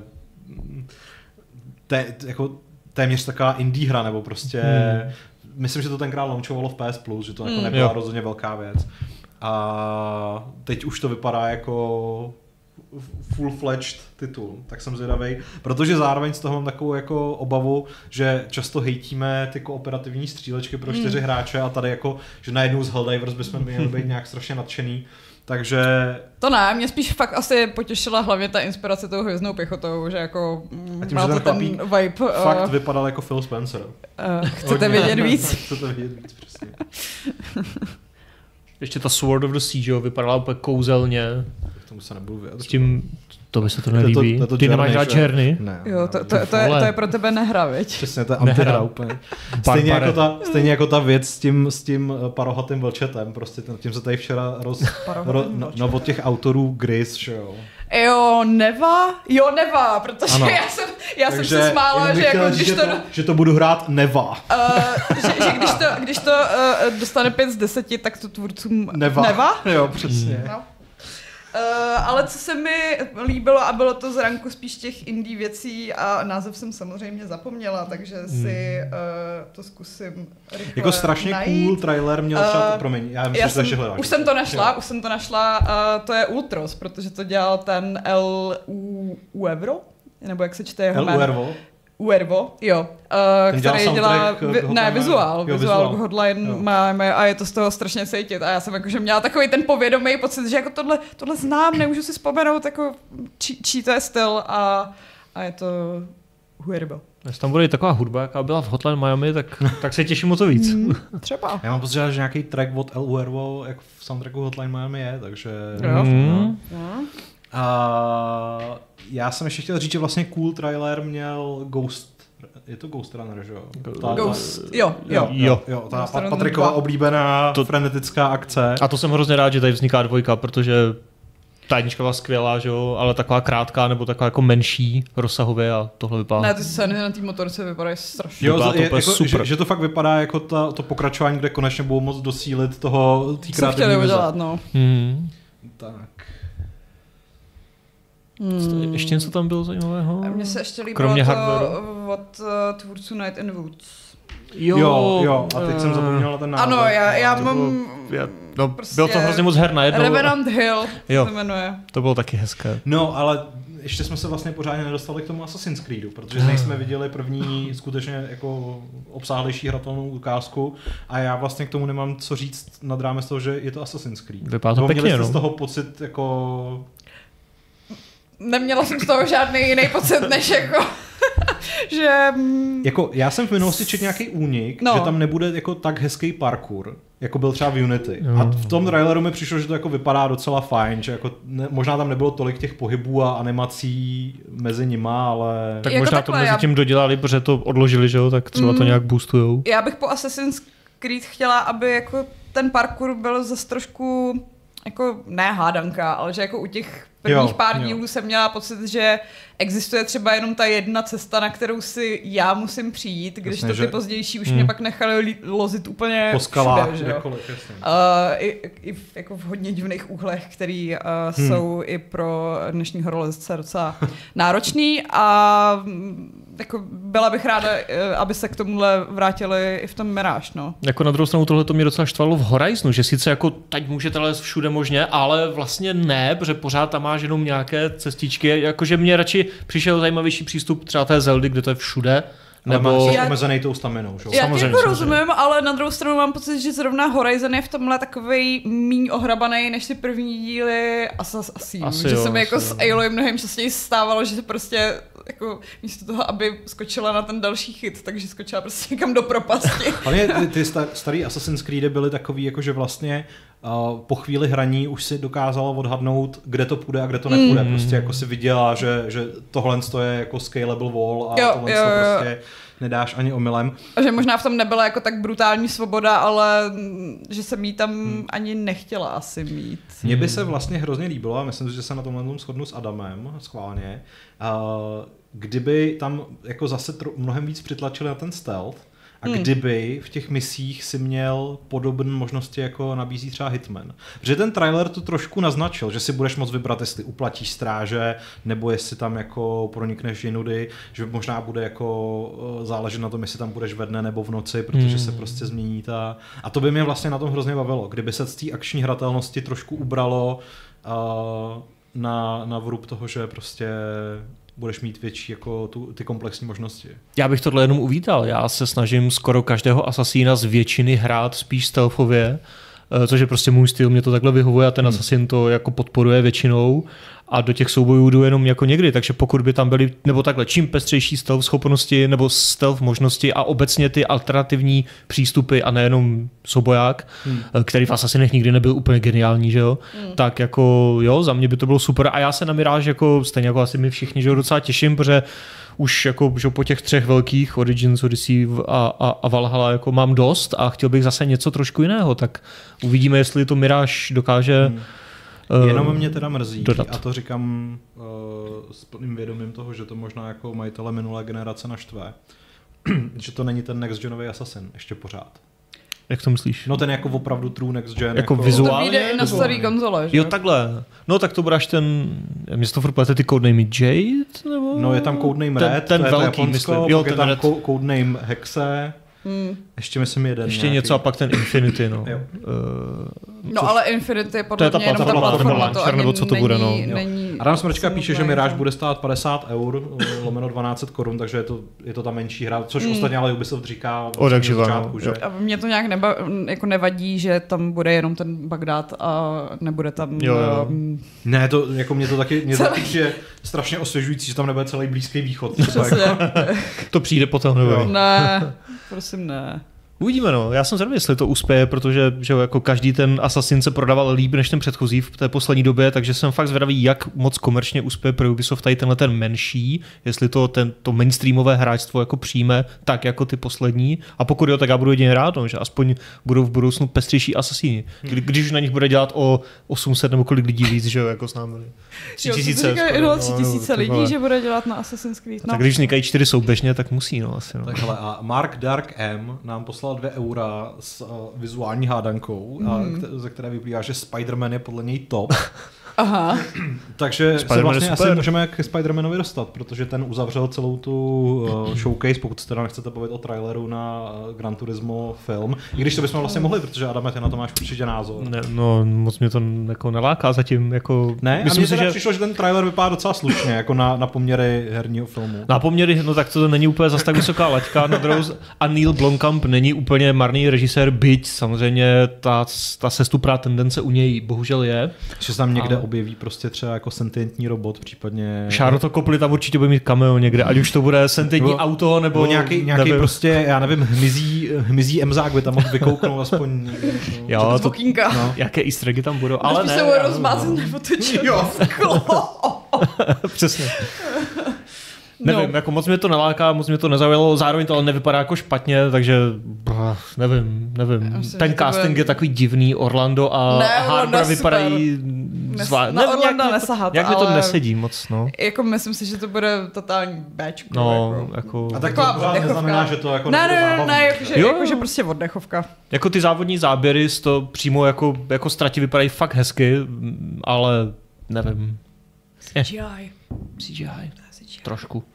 jako téměř taková indie hra, nebo prostě myslím, že to tenkrát launchovalo v PS Plus, že to jako nebyla rozhodně velká věc. A teď už to vypadá jako full-fledged titul, tak jsem zvědavej, protože zároveň z toho mám takovou jako obavu, že často hejtíme ty kooperativní střílečky pro 4 hráče a tady jako, že najednou z Helldivers bychom měli být nějak strašně nadšený, takže... To ne, mě spíš fakt asi potěšila hlavně ta inspirace tou Hvězdnou pěchotou, že jako má to ten vibe... Fakt vypadal jako Phil Spencer. Chcete vědět víc? Chcete vědět víc, přesně. Ještě ta Sword of the Sea, jo, vypadala úplně kouzelně. K tomu se nebudu vyjadřit. S tím, to by se to nelíbí. Ty nemáš hrát Journey? Ne. Jo, to je pro tebe nehra, viď? Přesně, to je antihra úplně. Stejně jako ta věc s tím parohatým vlčetem, prostě tím se tady včera no od těch autorů Gris, že jo. Neva, protože ano. já jsem se smála, že jako když to... Že to budu hrát Neva. Že když to dostane 5 z 10, tak to tvůrcům Neva? Jo, přesně. No. Ale co se mi líbilo, a bylo to z ranku spíš těch indie věcí a název jsem samozřejmě zapomněla, takže si to zkusím rychle jako strašně najít. Cool trailer měl třeba, promiň, já myslím, že to ještě hledáš. Už jsem to našla, to je Ultros, protože to dělal ten Uervo, nebo jak se čte jeho jméno? Uervo, jo. Který dělá vizuál Hotline máme a je to z toho strašně cítit a já jsem jakože měla takový ten povědomý pocit, že jako tohle znám, nemůžu si vzpomenout jako čí to je styl a je to Uervo. Jestli tam bude i taková hudba, jaká byla v Hotline Miami, tak se těším o to víc. Třeba. Já mám pocit, že nějaký track od El Uervo, jak v soundtracku Hotline Miami je, takže... Já jsem ještě chtěl říct, že vlastně cool trailer měl Ghost. Je to Ghost Runner, že jo? Jo. Ta Patrikova oblíbená frenetická akce. A to jsem hrozně rád, že tady vzniká 2, protože ta jednička byla skvělá, že jo, ale taková krátká nebo taková jako menší rozsahově a tohle vypadá. Ne, ty scény na té motorce vypadají strašně. Jo, jako, super. Že to fakt vypadá jako to pokračování, kde konečně budou moc dosílit toho té kreativní vize. Udělat, no. Tak. Ještě něco tam bylo zajímavého? A mně se ještě líbilo kromě to hardwareu? od tvůrců Night in the Woods. Jo, a teď jsem zapomněl na ten název. Ano, já mám... Prostě bylo to hrozně moc her najednou. Revenant Hill jo, se jmenuje. To bylo taky hezké. No, ale ještě jsme se vlastně pořádně nedostali k tomu Assassin's Creedu, protože z něj jsme viděli první skutečně jako obsáhlejší hratelnou ukázku a já vlastně k tomu nemám co říct nad rámec toho, že je to Assassin's Creed. Vypadá to pěkně, měli jste z toho pocit jako... Neměla jsem z toho žádný jiný pocit, než jako... že... Jako, já jsem v minulosti četl nějaký únik, že tam nebude jako tak hezký parkour, jako byl třeba v Unity. A v tom traileru mi přišlo, že to jako vypadá docela fajn, že jako možná tam nebylo tolik těch pohybů a animací mezi nima, ale... Tak jako možná takhle, to mezi tím dodělali, protože to odložili, že jo, tak třeba to nějak boostujou. Já bych po Assassin's Creed chtěla, aby jako ten parkour byl zase trošku jako ne hádanka, ale že jako u těch prvních pár dílů jsem měla pocit, že existuje třeba jenom ta jedna cesta, na kterou si já musím přijít, když jasně, to ty pozdější už mě pak nechali lozit úplně po skalách, všude, že jo. I jako v hodně divných úhlech, který jsou i pro dnešního horolezce docela náročný a jako byla bych ráda, aby se k tomuhle vrátili i v tom Mirage, no. Jako na druhou stranu tohle to mě docela štvalo v Horizonu, že sice jako teď můžete lézt všude možně, ale vlastně ne, protože pořád tam máš jenom nějaké cestičky, jakože mě radši přišel zajímavější přístup třeba té Zeldy, kde to je všude. Nebo omezený tou staminou, že? Já jako rozumím, ale na druhou stranu mám pocit, že zrovna Horizon je v tomhle takovej míň ohrabaný než ty první díly Assassin. Že se mi jako s Aloy mnohem častěji stávalo, že se prostě jako místo toho, aby skočila na ten další chyt, takže skočila prostě někam do propasti. Ale ty starý Assassin's Creedy byly takový, jako že vlastně po chvíli hraní už si dokázala odhadnout, kde to půjde a kde to nepůjde. Prostě jako si viděla, že tohle je jako scalable wall a tohle prostě nedáš ani omylem. A že možná v tom nebyla jako tak brutální svoboda, ale že jsem jí tam ani nechtěla asi mít. Mně by se vlastně hrozně líbilo, a myslím, že se na tomhle shodnu s Adamem schválně, kdyby tam jako zase mnohem víc přitlačili na ten stealth, a kdyby v těch misích si měl podobné možnosti, jako nabízí třeba Hitman. Protože ten trailer to trošku naznačil, že si budeš moct vybrat, jestli uplatíš stráže, nebo jestli tam jako pronikneš jinudy, že možná bude jako záležet na tom, jestli tam budeš ve dne nebo v noci, protože se prostě změní ta... A to by mě vlastně na tom hrozně bavilo, kdyby se z té akční hratelnosti trošku ubralo na vrub toho, že prostě budeš mít větší jako ty komplexní možnosti. Já bych tohle jenom uvítal. Já se snažím skoro každého asasína z většiny hrát spíš stealthově, což je prostě můj styl, mě to takhle vyhovuje a ten asasin to jako podporuje většinou a do těch soubojů jdu jenom jako někdy, takže pokud by tam byly, nebo takhle, čím pestřejší stealth schopnosti nebo stealth možnosti a obecně ty alternativní přístupy a nejenom souboják, který v Assassinech nikdy nebyl úplně geniální, že jo, tak jako jo, za mě by to bylo super a já se na Mirage jako stejně jako asi my všichni, že jo, docela těším, protože už jako že po těch 3 velkých Origins, Odyssey a Valhalla jako mám dost a chtěl bych zase něco trošku jiného, tak uvidíme, jestli to Mirage dokáže jenom mě teda mrzí dodat. A to říkám s plným vědomím toho, že to možná jako majitele minulé generace naštve, že to není ten next genový Assassin ještě pořád. Jak to myslíš? No ten jako opravdu true next gen. Jako vizuálně? To vyjde i na starý konzole, že? Jo, takhle. No tak to bude až ten, mě to furt plete, ty codename Jade? Nebo? No je tam codename Red, ten to je velký, Japonsko, myslím. Jo, je ten tam Red. Codename Hexe. Ještě myslím jeden ještě nějaký. něco a pak ten Infinity, no. No ale Infinity je podle mě jenom ta platforma, to ani nebo co to bude, no. Není Adam Smrčka píše, že Mirage bude stát 50 €, lomeno 1200 Kč, takže je to ta menší hra, což ostatně ale Ubisoft říká od začátku, že? A mě to nějak jako nevadí, že tam bude jenom ten Bagdád a nebude tam... Jo. Ne, to jako mě to taky je strašně osvěžující, že tam nebude celý Blízký východ. To přijde potom, nebo? Ne, prosím ne. Uvidíme, no. Já jsem zvědavý, jestli to uspěje, protože že jako každý ten Assassin se prodával líp než ten předchozí v té poslední době, takže jsem fakt zvědavý, jak moc komerčně uspěje pro Ubisoft tady tenhle ten menší, jestli to mainstreamové hráčstvo jako přijme tak jako ty poslední. A pokud jo, tak já budu jedině rád, no, že aspoň budou v budoucnu pestřejší Assassini. Když už na nich bude dělat o 800 nebo kolik lidí víc, že jo, jako s námi. 3000 lidí, že bude dělat na Assassin's Creed. No. Tak když vznikají 4 souběžně, tak musí, no asi. No. Tak hele, a Mark Dark M nám poslal dal €2 s vizuální hádankou, ze které vyplývá, že Spider-Man je podle něj top. Aha. Takže se vlastně asi můžeme k Spider-Manovi dostat, protože ten uzavřel celou tu showcase, pokud se teda nechcete povědět o traileru na Gran Turismo film. I když to bychom vlastně mohli, protože Adame, ty na to máš určitě názor. Ne, no, moc mě to jako neláká zatím. Jako, ne, myslím, a mně teda přišlo, že ten trailer vypadá docela slušně, jako na poměry herního filmu. Na poměry, no tak to není úplně zase tak vysoká laťka. A Neil Blomkamp není úplně marný režisér, byť samozřejmě ta sestuprá tendence u něj bohužel je. Že se tam někde objeví prostě třeba jako sentientní robot, případně... Charlotte Copley tam určitě bude mít cameo někde, ať už to bude sentientní auto, nebo nějaký prostě, já nevím, hmyzí emzák by tam mohl vykouknout aspoň. Jo, to, no. Jaké easter eggy tam budou, ale ne. Se bude rozmázet nebo to Přesně. Nevím, jako moc mě to naláká, moc mě to nezaujalo, zároveň to ale nevypadá jako špatně, takže nevím. Myslím, ten casting je takový divný, Orlando a Harbour vypadají na Orlando nesahat, jak mi to nesedí moc, no. Jako myslím si, že to bude totální béčko. No, jako... A tak to neznamená, že to jako ne, jakože prostě oddechovka. Jako ty závodní záběry to přímo jako ztratí vypadají fakt hezky, ale nevím. CGI. Trošku.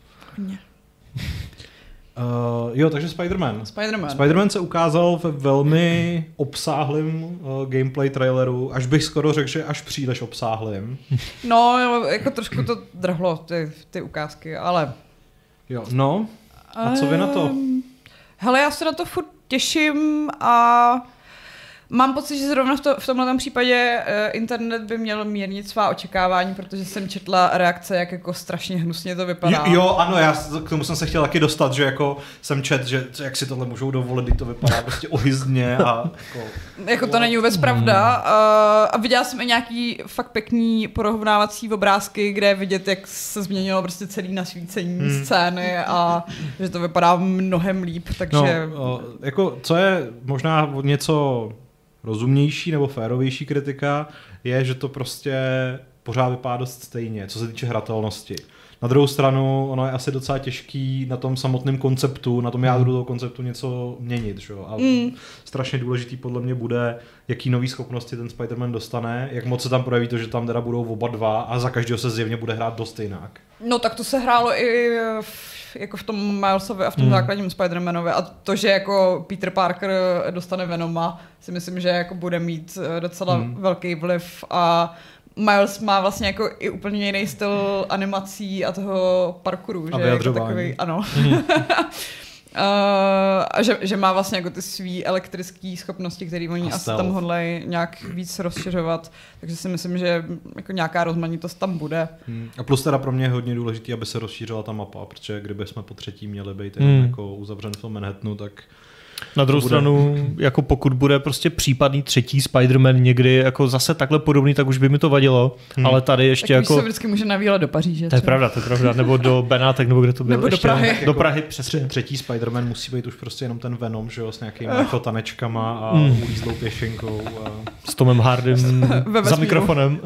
Takže Spider-Man se ukázal ve velmi obsáhlým gameplay traileru, až bych skoro řekl, že až příliš obsáhlým. No, jako trošku to drhlo, ty ukázky, ale... Jo, no, a co vy na to? Hele, já se na to furt těším a mám pocit, že zrovna v tomhle případě internet by měl mírnit svá očekávání, protože jsem četla reakce, jak jako strašně hnusně to vypadá. Jo, ano, já k tomu jsem se chtěl taky dostat, že jako jsem čet, že jak si tohle můžou dovolit, když to vypadá prostě ohyzdně a jako to není vůbec pravda. A viděla jsem i nějaký fakt pěkný porovnávací obrázky, kde je vidět, jak se změnilo prostě celý nasvícení scény a že to vypadá mnohem líp, takže... No, jako co je možná něco rozumnější nebo férovější kritika, je, že to prostě pořád vypadá dost stejně, co se týče hratelnosti. Na druhou stranu, ono je asi docela těžký na tom samotném konceptu, na tom jádru toho konceptu něco měnit. Že? A strašně důležitý podle mě bude, jaký nový schopnosti ten Spider-Man dostane, jak moc se tam projeví to, že tam teda budou oba dva a za každého se zjevně bude hrát dost jinak. No tak to se hrálo i jako v tom Milesovi a v tom základním Spider-Manovi a to, že jako Peter Parker dostane Venoma, si myslím, že jako bude mít docela velký vliv a Miles má vlastně jako i úplně jiný styl animací a toho parkouru, a že jako takový, ano. A že má vlastně jako ty svý elektrické schopnosti, které oni asi tam hodlají nějak víc rozšiřovat, takže si myslím, že jako nějaká rozmanitost tam bude. A plus teda pro mě je hodně důležitý, aby se rozšířila ta mapa, protože kdyby jsme po třetí měli být jako uzavřen v tom Manhattanu, tak na druhou stranu, jako pokud bude prostě případný třetí Spider-Man někdy jako zase takhle podobný, tak už by mi to vadilo, ale tady ještě tak jako... se vždycky může na výlet do Paříže. To je pravda, nebo do Benátek, nebo kde to bylo. Nebo ještě. Do Prahy. Do Prahy, přesně. Třetí Spider-Man musí být už prostě jenom ten Venom, že jo, s nějakými jako tanečkama a ulízlou pěšenkou. A... S Tomem Hardym za mikrofonem.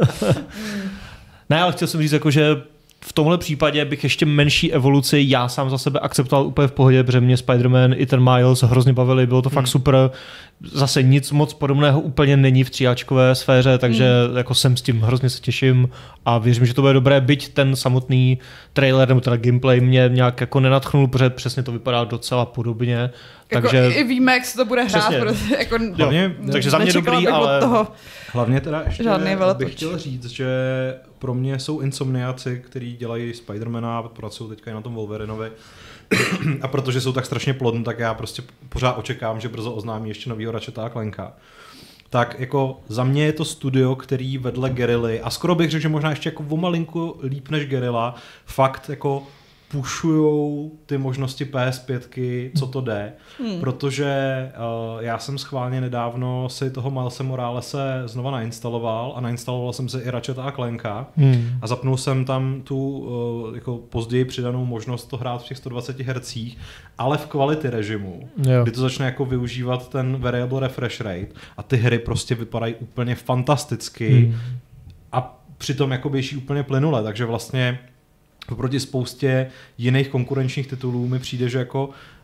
Ne, ale chtěl jsem říct, jako, že v tomhle případě bych ještě menší evoluci já sám za sebe akceptoval úplně v pohodě, protože mě Spider-Man i ten Miles hrozně bavili, bylo to fakt super. Zase nic moc podobného úplně není v tříáčkové sféře, takže jako jsem s tím hrozně se těším a věřím, že to bude dobré, byť ten samotný trailer nebo teda gameplay mě nějak jako nenadchnul, protože přesně to vypadá docela podobně. Jako takže i víme, jak se to bude hrát. Protože jako hlavně, takže za mě dobrý, ale... Hlavně teda ještě bych chtěl říct, že pro mě jsou Insomniaci, kteří dělají Spider-Mana, pracují teďka i na tom Wolverinovi. A protože jsou tak strašně plodní, tak já prostě pořád očekám, že brzo oznámí ještě novýho Ratcheta a Clanka. Tak jako za mě je to studio, který vedle Guerrilly, a skoro bych řekl, že možná ještě jako o malinku líp než Guerrilla, fakt jako pušujou ty možnosti PS5, co to jde, protože já jsem schválně nedávno si toho Milese Moralese znova nainstaloval a nainstaloval jsem si i Ratcheta a Clanka a zapnul jsem tam tu jako později přidanou možnost to hrát v těch 120 Hz, ale v quality režimu, kdy to začne jako využívat ten variable refresh rate a ty hry prostě vypadají úplně fantasticky a přitom jako běží úplně plynule, takže vlastně oproti spoustě jiných konkurenčních titulů mi přijde, že jako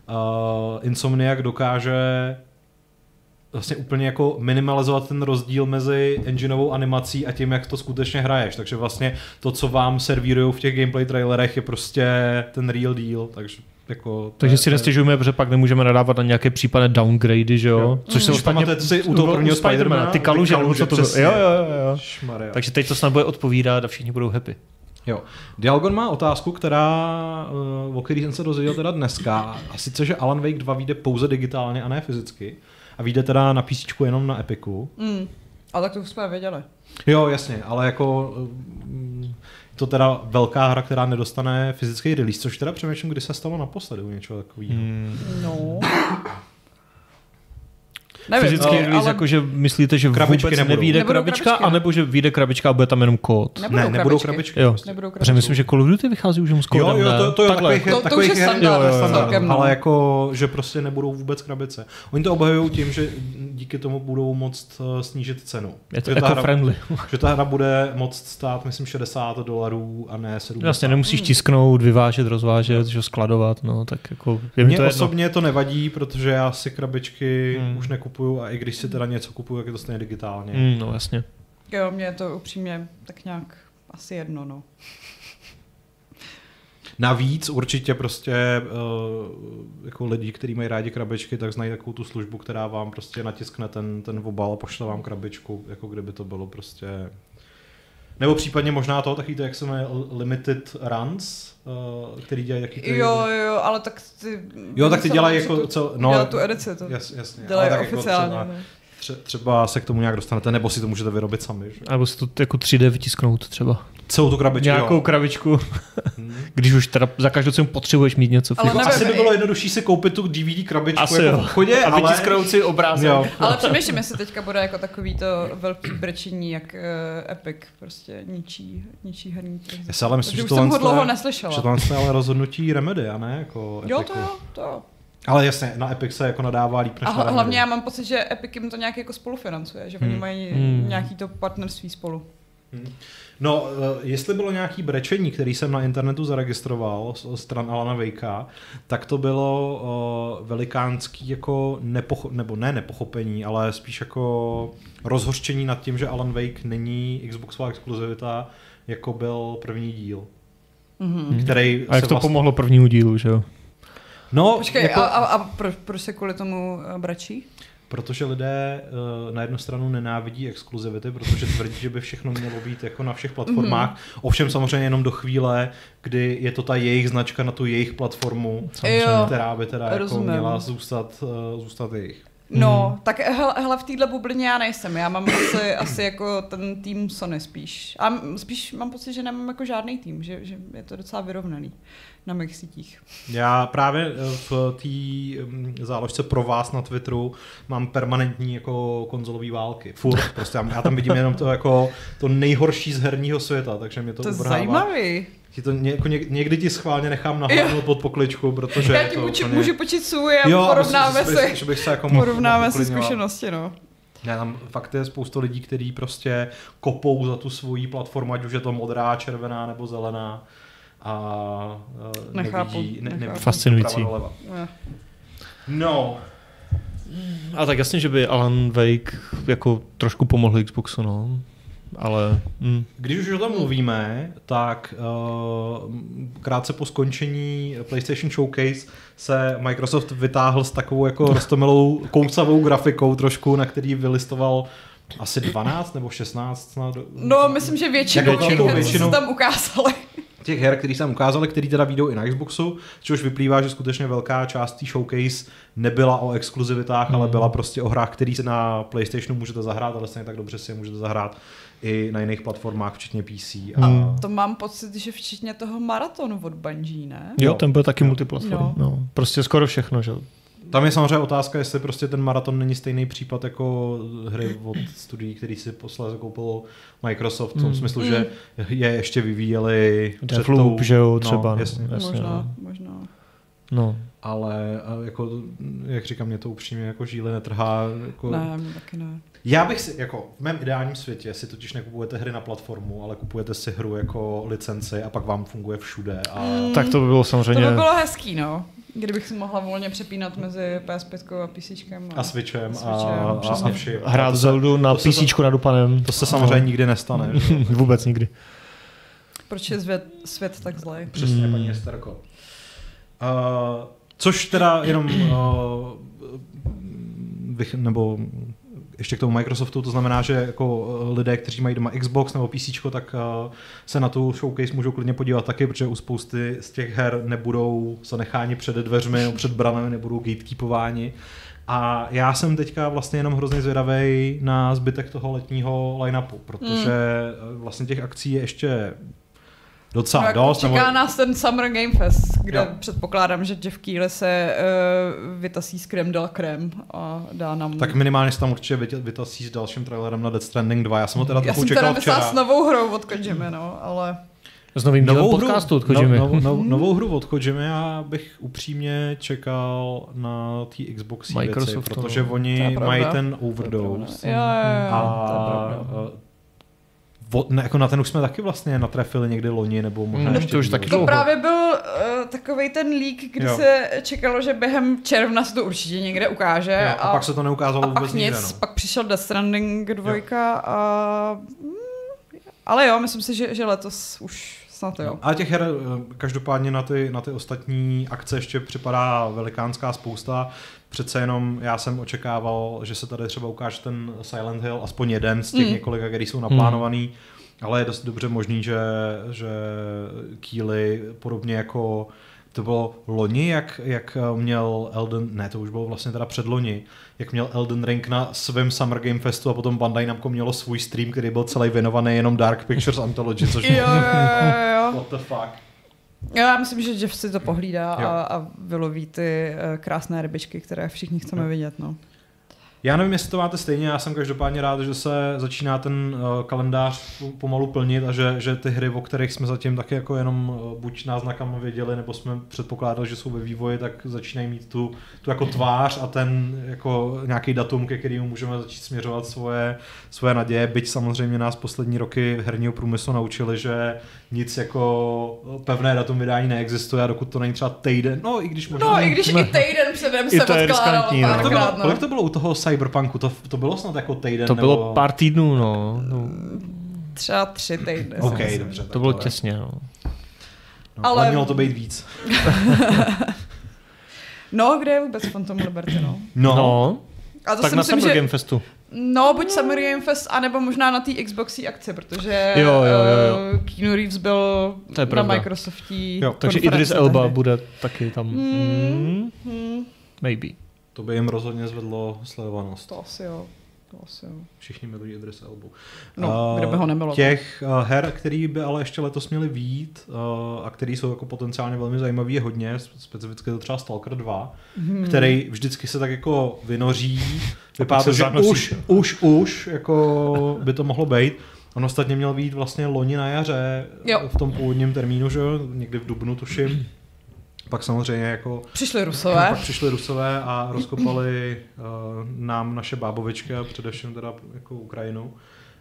Insomniac dokáže vlastně úplně jako minimalizovat ten rozdíl mezi engineovou animací a tím, jak to skutečně hraješ. Takže vlastně to, co vám servírujou v těch gameplay trailerech, je prostě ten real deal. Takže si nestěžujeme, protože pak nemůžeme nadávat na nějaké případné downgrady, že jo? Což se pamatujete si u toho prvního Spidermana, ty kaluže, co to bylo. Jo. Šmarja. Takže teď to snad bude odpovídat a všichni budou happy. Jo. Dialgon má otázku, o který jsem se dozvěděl teda dneska, a sice, že Alan Wake 2 vyjde pouze digitálně a ne fyzicky. A vyjde teda na PC jenom na Epiku. Ale tak to už jsme věděli. Jo, jasně, ale jako to teda velká hra, která nedostane fyzický release, což teda přemýšlím, kdy se stalo naposledy u něčeho takového. No. Nevím, fyzický release, ale... jako že myslíte, že vůbec nevyjde krabička, anebo že vyjde krabička a bude tam jenom kód? Nebudou krabičky. Jo. Protože myslím, že Call of Duty vychází už s kódem. Jo, to je takových her, ale jako, že prostě nebudou vůbec krabice. Oni to obhajují tím, že díky tomu budou moct snížit cenu. Je to eco-friendly. Že ta hra bude moct stát, myslím, $60 a ne 70. Vlastně nemusíš tisknout, vyvážet, rozvážet, že skladovat, no, tak jako mně osobně to nevadí, protože já si krabičky už nekupuju a i když si teda něco kupuju, jak je to stejně digitálně. No jasně. Jo, mě je to upřímně tak nějak asi jedno, no. Navíc určitě prostě jako lidi, kteří mají rádi krabičky, tak znají takovou tu službu, která vám prostě natiskne ten obal a pošle vám krabičku, jako kdyby to bylo prostě... Nebo případně možná to, taky to, jak se jmenuje Limited Runs, který dělají taky ty... Jo, ale tak ty... Jo, tak ty dělají jako... Dělají tu edici, to jasně. Dělají oficiálně. Jako třeba se k tomu nějak dostanete, nebo si to můžete vyrobit sami. Že? Nebo si to jako 3D vytisknout třeba. Celou tu krabičku, nějakou krabičku. Když už teda za každou cenu potřebuješ mít něco. Asi by bylo jednodušší si koupit tu DVD krabičku asi jako v obchodě, a vytisknout si obrázek. Ale přemýšlím, jestli teďka bude jako takový to velký brečení, jak Epic prostě ničí herní. Já se ale myslím, že jsem ho dlouho neslyšela. Že to je ale rozhodnutí Remedy, a ne jako Epicu. Jo, to. Ale jasně, na Epic se jako nadává líp než na Remedy. Hlavně já mám pocit, že Epic jim to nějak jako spolufinancuje, že oni mají nějaký to partnerství spolu. No, jestli bylo nějaký brečení, který jsem na internetu zaregistroval z stran Alana Wakea, tak to bylo velikánský jako nepochopení, ale spíš jako rozhořčení nad tím, že Alan Wake není Xboxová exkluzivita, jako byl první díl. Který a jak to pomohlo prvnímu dílu, že jo? No, počkej, jako... a proč se kvůli tomu brečí? Protože lidé na jednu stranu nenávidí exkluzivity, protože tvrdí, že by všechno mělo být jako na všech platformách. Ovšem samozřejmě jenom do chvíle, kdy je to ta jejich značka na tu jejich platformu, která by teda jako měla zůstat jejich. No, tak hele, v téhle bublině já nejsem. Já mám asi jako ten tým Sony spíš. A spíš mám pocit, že nemám jako žádný tým, že je to docela vyrovnaný na mých sítích. Já právě v té záložce pro vás na Twitteru mám permanentní jako konzolový války. Furt, prostě já tam vidím jenom to jako to nejhorší z herního světa, takže mě to uvrhává. To je zajímavý. Někdy ti schválně nechám nahlédnout pod pokličku, protože já ti můžu počít svůj a porovnáme si zkušenosti, no. Ne, tam fakt je spoustu lidí, kteří prostě kopou za tu svoji platformu, ať už je to modrá, červená nebo zelená a nevidí fascinující. No. A tak jasně, že by Alan Wake jako trošku pomohl Xboxu, no. Ale... Když už o tom mluvíme, tak krátce po skončení PlayStation Showcase se Microsoft vytáhl s takovou jako roztomilou kousavou grafikou trošku, na který vylistoval asi 12 nebo 16 snad. No, myslím, že většinou tam ukázali. Těch her, který jsem ukázali, který teda vyjdou i na Xboxu, což vyplývá, že skutečně velká část té showcase nebyla o exkluzivitách, ale byla prostě o hrách, který se na PlayStationu můžete zahrát, ale stejně tak dobře si je můžete zahrát i na jiných platformách, včetně PC. A to mám pocit, že včetně toho maratonu od Bungie, ne? Jo, ten byl taky multiplatform. No, prostě skoro všechno, že? Tam je samozřejmě otázka, jestli prostě ten maraton není stejný případ jako hry od studií, který si posléze koupil Microsoft, v tom smyslu, že je ještě vyvíjeli před tou... že jo, třeba. No, jasně. Možná. No. Ale jako, jak říkám, mě to upřímně jako žíly netrhá. Jako... Ne, mě taky ne. Já bych si, jako v mém ideálním světě si totiž nekupujete hry na platformu, ale kupujete si hru jako licenci a pak vám funguje všude. A... Tak to by bylo samozřejmě... To by bylo hezký, no. Kdybych si mohla volně přepínat mezi PS5 a PCčkem. A Switchem přesně. a vším. Hrát Zeldu na PCčku nad Dupanem. To se samozřejmě nikdy nestane. Vůbec nikdy. Proč je svět tak zlej? Přesně, paní Esterko. Což teda jenom nebo ještě k tomu Microsoftu, to znamená, že jako lidé, kteří mají doma Xbox nebo PC, tak se na tu showcase můžou klidně podívat taky, protože u spousty z těch her nebudou zanecháni před dveřmi nebo před branami, nebudou gatekeepováni. A já jsem teďka vlastně jenom hrozně zvědavej na zbytek toho letního line-upu, protože vlastně těch akcí je ještě docela dost. Čeká nás ten Summer Game Fest, kde předpokládám, že Jeff Keighley se vytasí s crème de la crème a dá nám... Tak minimálně se tam určitě vytasí s dalším trailerem na Death Stranding 2. Já jsem ho teda trochu čekal včera. Já jsem teda myslela s novou hrou od Kojimy, no, ale... S novým dílem podcastu od Kojimy. Novou hru od Kojimy já bych upřímně čekal na té Xbox věci, protože oni mají ten Overdose. Jako na ten už jsme taky vlastně natrefili někdy loni, nebo možná ještě to už taky to právě byl takovej ten leak, kdy se čekalo, že během června se to určitě někde ukáže. A pak se to neukázalo vůbec nikde. Pak přišel Death Stranding 2 ale jo, myslím si, že letos už snad jo. Ale těch her každopádně na ty ostatní akce ještě připadá velikánská spousta. Přece jenom já jsem očekával, že se tady třeba ukáže ten Silent Hill, aspoň jeden z těch několika, který jsou naplánovaný, ale je dost dobře možný, že Keighley podobně jako to bylo loni, jak měl to už bylo vlastně teda předloni, jak měl Elden Ring na svém Summer Game Festu a potom Bandai Namco mělo svůj stream, který byl celý věnovaný jenom Dark Pictures Anthology, což jo. What the fuck. Já myslím, že Jeff si to pohlídá a vyloví ty krásné rybičky, které všichni chceme vidět. No. Já nevím, jestli to máte stejně, já jsem každopádně rád, že se začíná ten kalendář pomalu plnit a že ty hry, o kterých jsme zatím taky jako jenom buď náznakama věděli, nebo jsme předpokládali, že jsou ve vývoji, tak začínají mít tu jako tvář a ten jako nějaký datum, ke kterému můžeme začít směřovat svoje naděje, byť samozřejmě nás poslední roky herního průmyslu naučili, že nic jako pevné datum vydání neexistuje a dokud to není třeba týden, i když i týden předem se odkládal párkrát. Kolik to bylo u toho Cyberpunku? To bylo snad jako týden? To bylo pár týdnů, no. Třeba 3 týdny. OK, dobře. To bylo těsně, no. Ale mělo to být víc. Kde je vůbec Phantom Liberty, No. A to tak na Summer Game Festu. Buď Summer Game Fest, anebo možná na té Xboxí akci, protože jo. Keanu Reeves byl na Microsoftí. Takže Idris Elba bude taky tam. Maybe. To by jim rozhodně zvedlo sledovanost. To asi jo. Všichni milují Idris Elbu. Kde by ho nebylo. Těch her, který by ale ještě letos měly vyjít a který jsou jako potenciálně velmi zajímavý, je hodně. Specificky to třeba Stalker 2, který vždycky se tak jako vynoří. Vypadá to, že už jako by to mohlo být. On ostatně měl vyjít vlastně loni na jaře v tom původním termínu, že jo? Někdy v dubnu tuším. Pak samozřejmě jako... Přišli Rusové a rozkopali nám naše bábovičky a především teda jako Ukrajinu.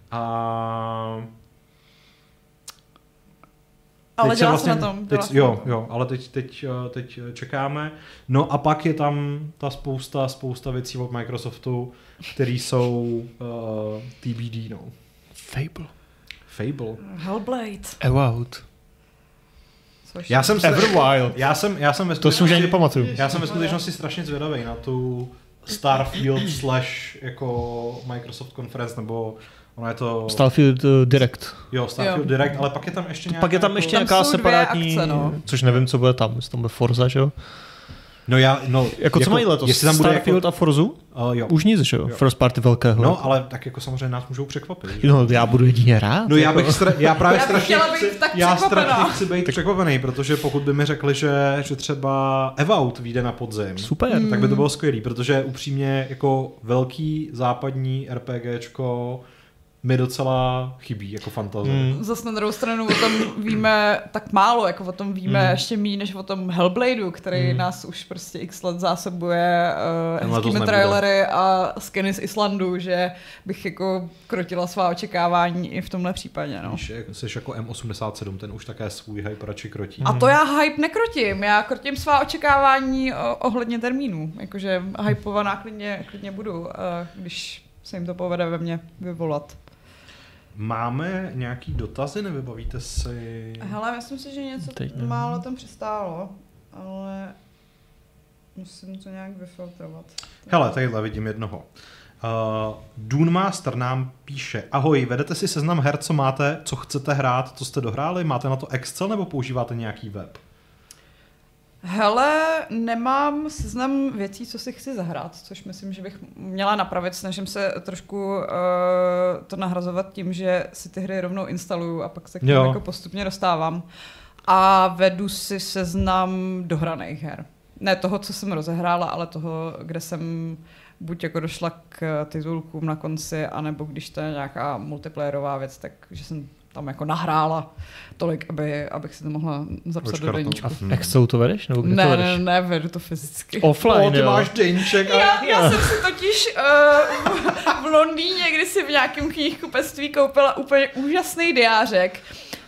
Ale dělá se na tom. Ale teď čekáme. No a pak je tam ta spousta věcí od Microsoftu, které jsou TBD, no. Fable. Hellblade. Avowed. Já jsem to si už ani nepamatuju. Já jsem ve skutečnosti strašně zvědavej na tu Starfield / jako Microsoft Conference, nebo ono je to... Starfield Direct. Jo, Starfield Direct, ale pak je tam ještě nějaká... Pak je tam ještě nějaká separátní, akce, což nevím, co bude tam, jestli tam bude Forza, že jo? Jako co mají letos? Tam bude Starfield a Forzu? Jo. Už nic, že jo? First party velkého. No, ale tak jako samozřejmě nás můžou překvapit. Že? No, já budu jedině rád. No, já právě strašně chci být překvapený, protože pokud by mi řekli, že třeba Avowed vyjde na podzim, super, tak by to bylo skvělý, protože upřímně jako velký západní RPGčko mi docela chybí jako fantazie. Zas na druhou stranu o tom víme tak málo, jako o tom víme ještě méně než o tom Hellbladeu, který nás už prostě x let zásobuje hezkými trailery a skiny z Islandu, že bych jako krotila svá očekávání i v tomhle případě. No. Jsi jako M87, ten už také svůj hype radši krotí. A to já hype nekrotím, já krotím svá očekávání ohledně termínů, jakože hypovaná klidně budu, když se jim to povede ve mně vyvolat. Máme nějaký dotazy, nevybavíte si? Hele, myslím si, že něco málo tam přistálo, ale musím to nějak vyfiltrovat. Hele, tadyhle vidím jednoho. Dunemaster nám píše: Ahoj, vedete si seznam her, co máte, co chcete hrát, co jste dohráli? Máte na to Excel nebo používáte nějaký web? Hele, nemám seznam věcí, co si chci zahrát, což myslím, že bych měla napravit. Snažím se trošku to nahrazovat tím, že si ty hry rovnou instaluju a pak se k tomu jako postupně dostávám. A vedu si seznam dohraných her. Ne toho, co jsem rozehrála, ale toho, kde jsem buď jako došla k titulkům na konci, anebo když to je nějaká multiplayerová věc, takže jsem tam jako nahrála tolik, abych si to mohla zapsat do deníčku. Excel to vedeš? Nebo kde to vedeš? Ne, vedu to fyzicky. Offline, ty máš deníček. Já jsem si totiž v Londýně kdysi v nějakém knihkupectví koupila úplně úžasný diářek.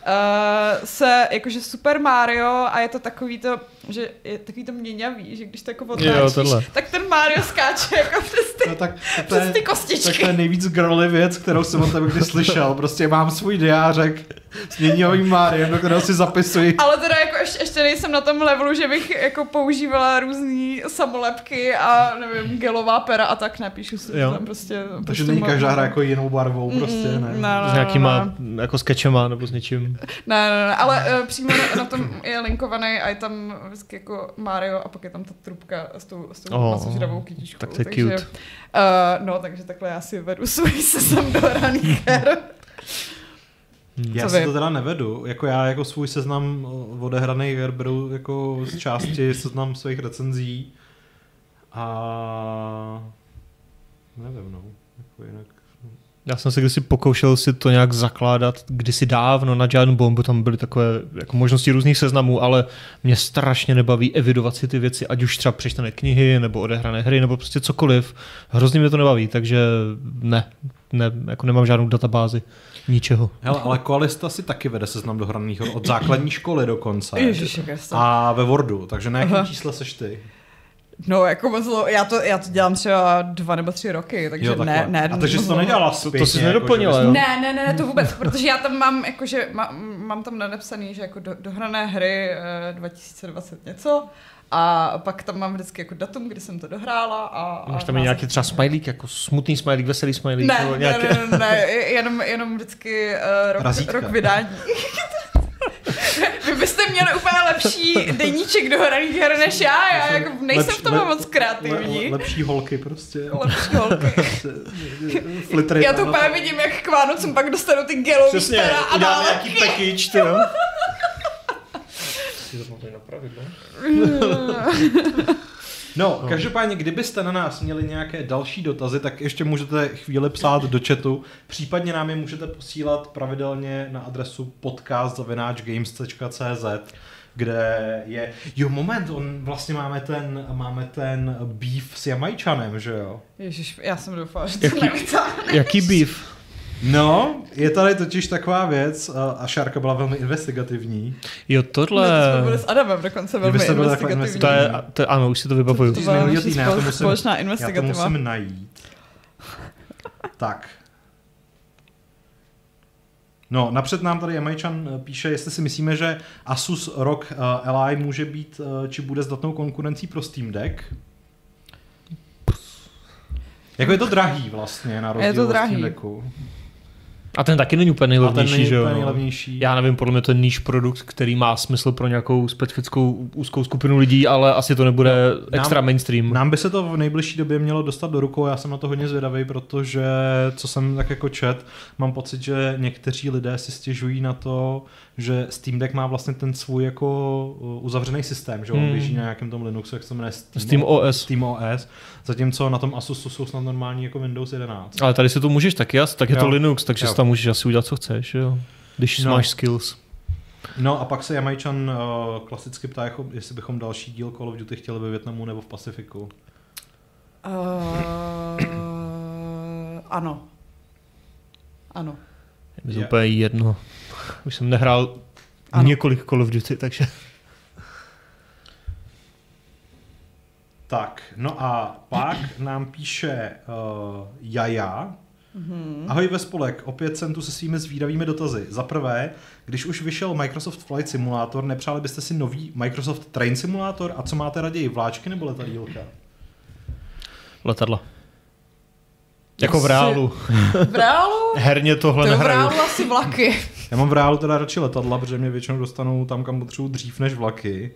Se jakože Super Mario a je to takový to, že je takový to měňavý, že když to jako otáčíš, tak ten Mario skáče jako přes ty kostičky. Tak to je nejvíc girly věc, kterou jsem od tebe kdy slyšel. Prostě mám svůj diářek s měňavým Mariem, do kterého si zapisuji. Ale teda jako ještě nejsem na tom levelu, že bych jako používala různý samolepky a nevím, gelová pera a tak napíšu si tam prostě. Takže není každá hra jako jinou barvou, prostě ne. S nějakýma jako sketchema nebo s něčím. Ne, ale přímo na tom je linkovaný a je tam vždycky jako Mario a pak je tam ta trubka s tou masožravou kytičkou. Tak to je cute. Takže takhle já si vedu svůj seznam dohraných her. Já si to teda nevedu. Já jako svůj seznam odehraných her beru jako z části seznam svých recenzí a nevím, no. Jako jinak. Já jsem se kdysi pokoušel si to nějak zakládat kdysi dávno na Giant Bombu, tam byly takové jako možnosti různých seznamů, ale mě strašně nebaví evidovat si ty věci, ať už třeba přečtené knihy, nebo odehrané hry, nebo prostě cokoliv. Hrozně mě to nebaví, takže ne, jako nemám žádnou databázi, ničeho. Hele, ale Koalista si taky vede seznam dohraných hor od základní školy dokonce. Ježiši, a ve Wordu, takže na jakém čísle seš ty? No, jako moc já to dělám třeba 2 nebo 3 roky, takže ne. A takže jsi to nedělala zpětně? To jsi nedoplnila, jo? Ne, to vůbec, protože já tam mám, jakože, mám tam nadepsaný, že jako dohrané hry 2020 něco, a pak tam mám vždycky jako datum, kdy jsem to dohrála. A máš tam nějaký třeba smajlík, jako smutný smajlík, veselý smajlík? Ne, jenom vždycky rok vydání. Vy byste měli úplně lepší deníček dohraných her než já jako nejsem v tom moc kreativní. Lepší holky prostě. Lepší holky. Já to úplně vidím, jak k Vánocům pak dostanu ty gelový pera a nálepky. Přesně, nějaký package, ty jo. No, každopádně, kdybyste na nás měli nějaké další dotazy, tak ještě můžete chvíli psát do chatu, případně nám je můžete posílat pravidelně na adresu podcast@games.cz, kde je... Jo, moment, vlastně máme ten beef s Jamajčanem, že jo? Ježiš, já jsem doufala, že to nevytáhneš. Jaký beef? No, je tady totiž taková věc a Šárka byla velmi investigativní. Jo, tohle... No, to jsme byli s Adamem dokonce velmi investigativní. Ano, už si to vybavuju. To společná investigativa. Já to musím najít. Tak. No, napřed nám tady Jamajčan píše, jestli si myslíme, že Asus ROG Ally může být, či bude zdatnou konkurencí pro Steam Deck. Jako je to drahý vlastně, na rozdíl od Steam Decku. A ten taky není úplně nejlevnější, že jo? Nejlevnější. Já nevím, podle mě to je niche produkt, který má smysl pro nějakou specifickou úzkou skupinu lidí, ale asi to nebude extra mainstream. Nám by se to v nejbližší době mělo dostat do rukou, já jsem na to hodně zvědavý, protože co jsem tak jako čet, mám pocit, že někteří lidé si stěžují na to, že Steam Deck má vlastně ten svůj jako uzavřený systém, že on běží na nějakém tom Linuxu, jak se jmenuje Steam OS, zatímco na tom Asusu jsou snad normální jako Windows 11. Ale tady si to můžeš taky, tak je to Linux, takže si tam můžeš asi udělat, co chceš, jo? Když máš skills. No a pak se Jamajčan klasicky ptá, jako, jestli bychom další díl Call of Duty chtěli ve Vietnamu nebo v Pacifiku. Ano. Ano. Je to úplně jedno. Už jsem nehrál několik Call of Duty, takže... Tak, no a pak nám píše Jaja. Ahoj ve spolek, opět jsem tu se svými zvídavými dotazy. Za prvé, když už vyšel Microsoft Flight Simulator, nepřáli byste si nový Microsoft Train Simulator? A co máte raději, vláčky nebo letadílka? Letadla. Jako v reálu. V reálu? Herně tohle to nehraju. V reálu asi vlaky. Já mám v reálu teda radši letadla, protože mě většinou dostanou tam, kam potřebuji dřív než vlaky.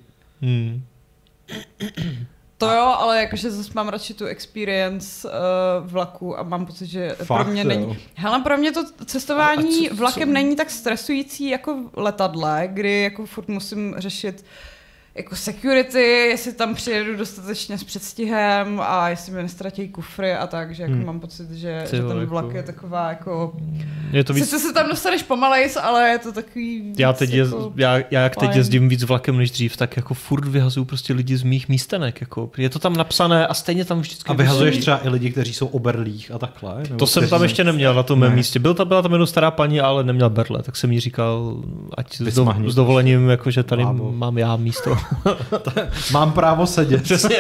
To jo, ale jakože zase mám radši tu experience vlaku a mám pocit, že fakt, pro mě není... Hele, pro mě to cestování vlakem není tak stresující jako letadle, kdy jako furt musím řešit jako security, jestli tam přijedu dostatečně s předstihem a jestli mi nestratí kufry a tak, že jako mám pocit, že ten vlak jako... je taková jako... Je to víc... Sice se tam dostaneš pomalejc, ale je to takový... Já jak teď jezdím víc vlakem než dřív, tak jako furt vyhazuju prostě lidi z mých místenek. Jako. Je to tam napsané a stejně tam vždycky... A vyhazuješ třeba i lidi, kteří jsou o berlích a takhle? To jsem tam ještě neměl na tom mém místě. Byla tam jenom stará paní, ale neměla berle, tak jsem jí říkal, ať s dovolením, jako, že tady mám já místo. Mám právo sedět. Přesně.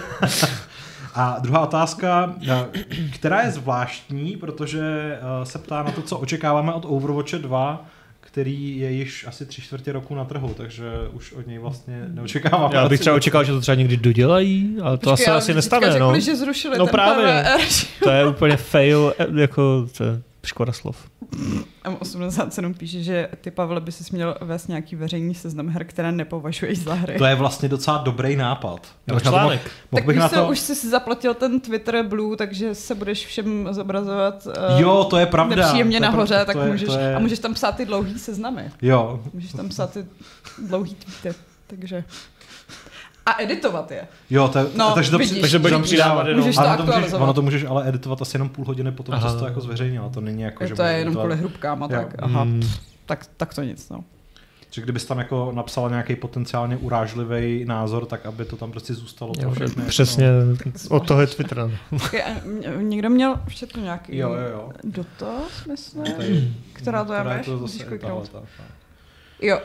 A druhá otázka, která je zvláštní, protože se ptá na to, co očekáváme od Overwatche 2, který je již asi 3/4 roku na trhu, takže už od něj vlastně neočekáváme. Já bych třeba očekal, že to třeba někdy dodělají, ale to asi nestane. Řekli, že zrušili ten právě. To je úplně fail, jako to je škoda slov. M87 píše, že ty, Pavle, by si měl vést nějaký veřejný seznam her, které nepovažuješ za hry. To je vlastně docela dobrý nápad. Tak už jsi zaplatil ten Twitter Blue, takže se budeš všem zobrazovat jo, to je pravda. Nepříjemně nahoře, tak můžeš, a můžeš tam psát ty dlouhý seznamy. Jo. Můžeš tam psát ty dlouhý tweety, takže... A editovat je. Jo, takže budeš přidávat jenom. Můžeš to aktualizovat. Ono to můžeš ale editovat asi jenom půl hodiny potom, co jsi to jako zveřejnila. To není jako, že to je jenom kvůli hrubkám a tak. Aha. Tak to nic, no. Že kdybys tam jako napsala nějaký potenciálně urážlivý názor, tak aby to tam prostě zůstalo. Jo, přesně, od toho je Twitter. Někdo měl ještě tu nějaký jo. dotaz, myslím? Která to je, Musíš kliknout. Jo.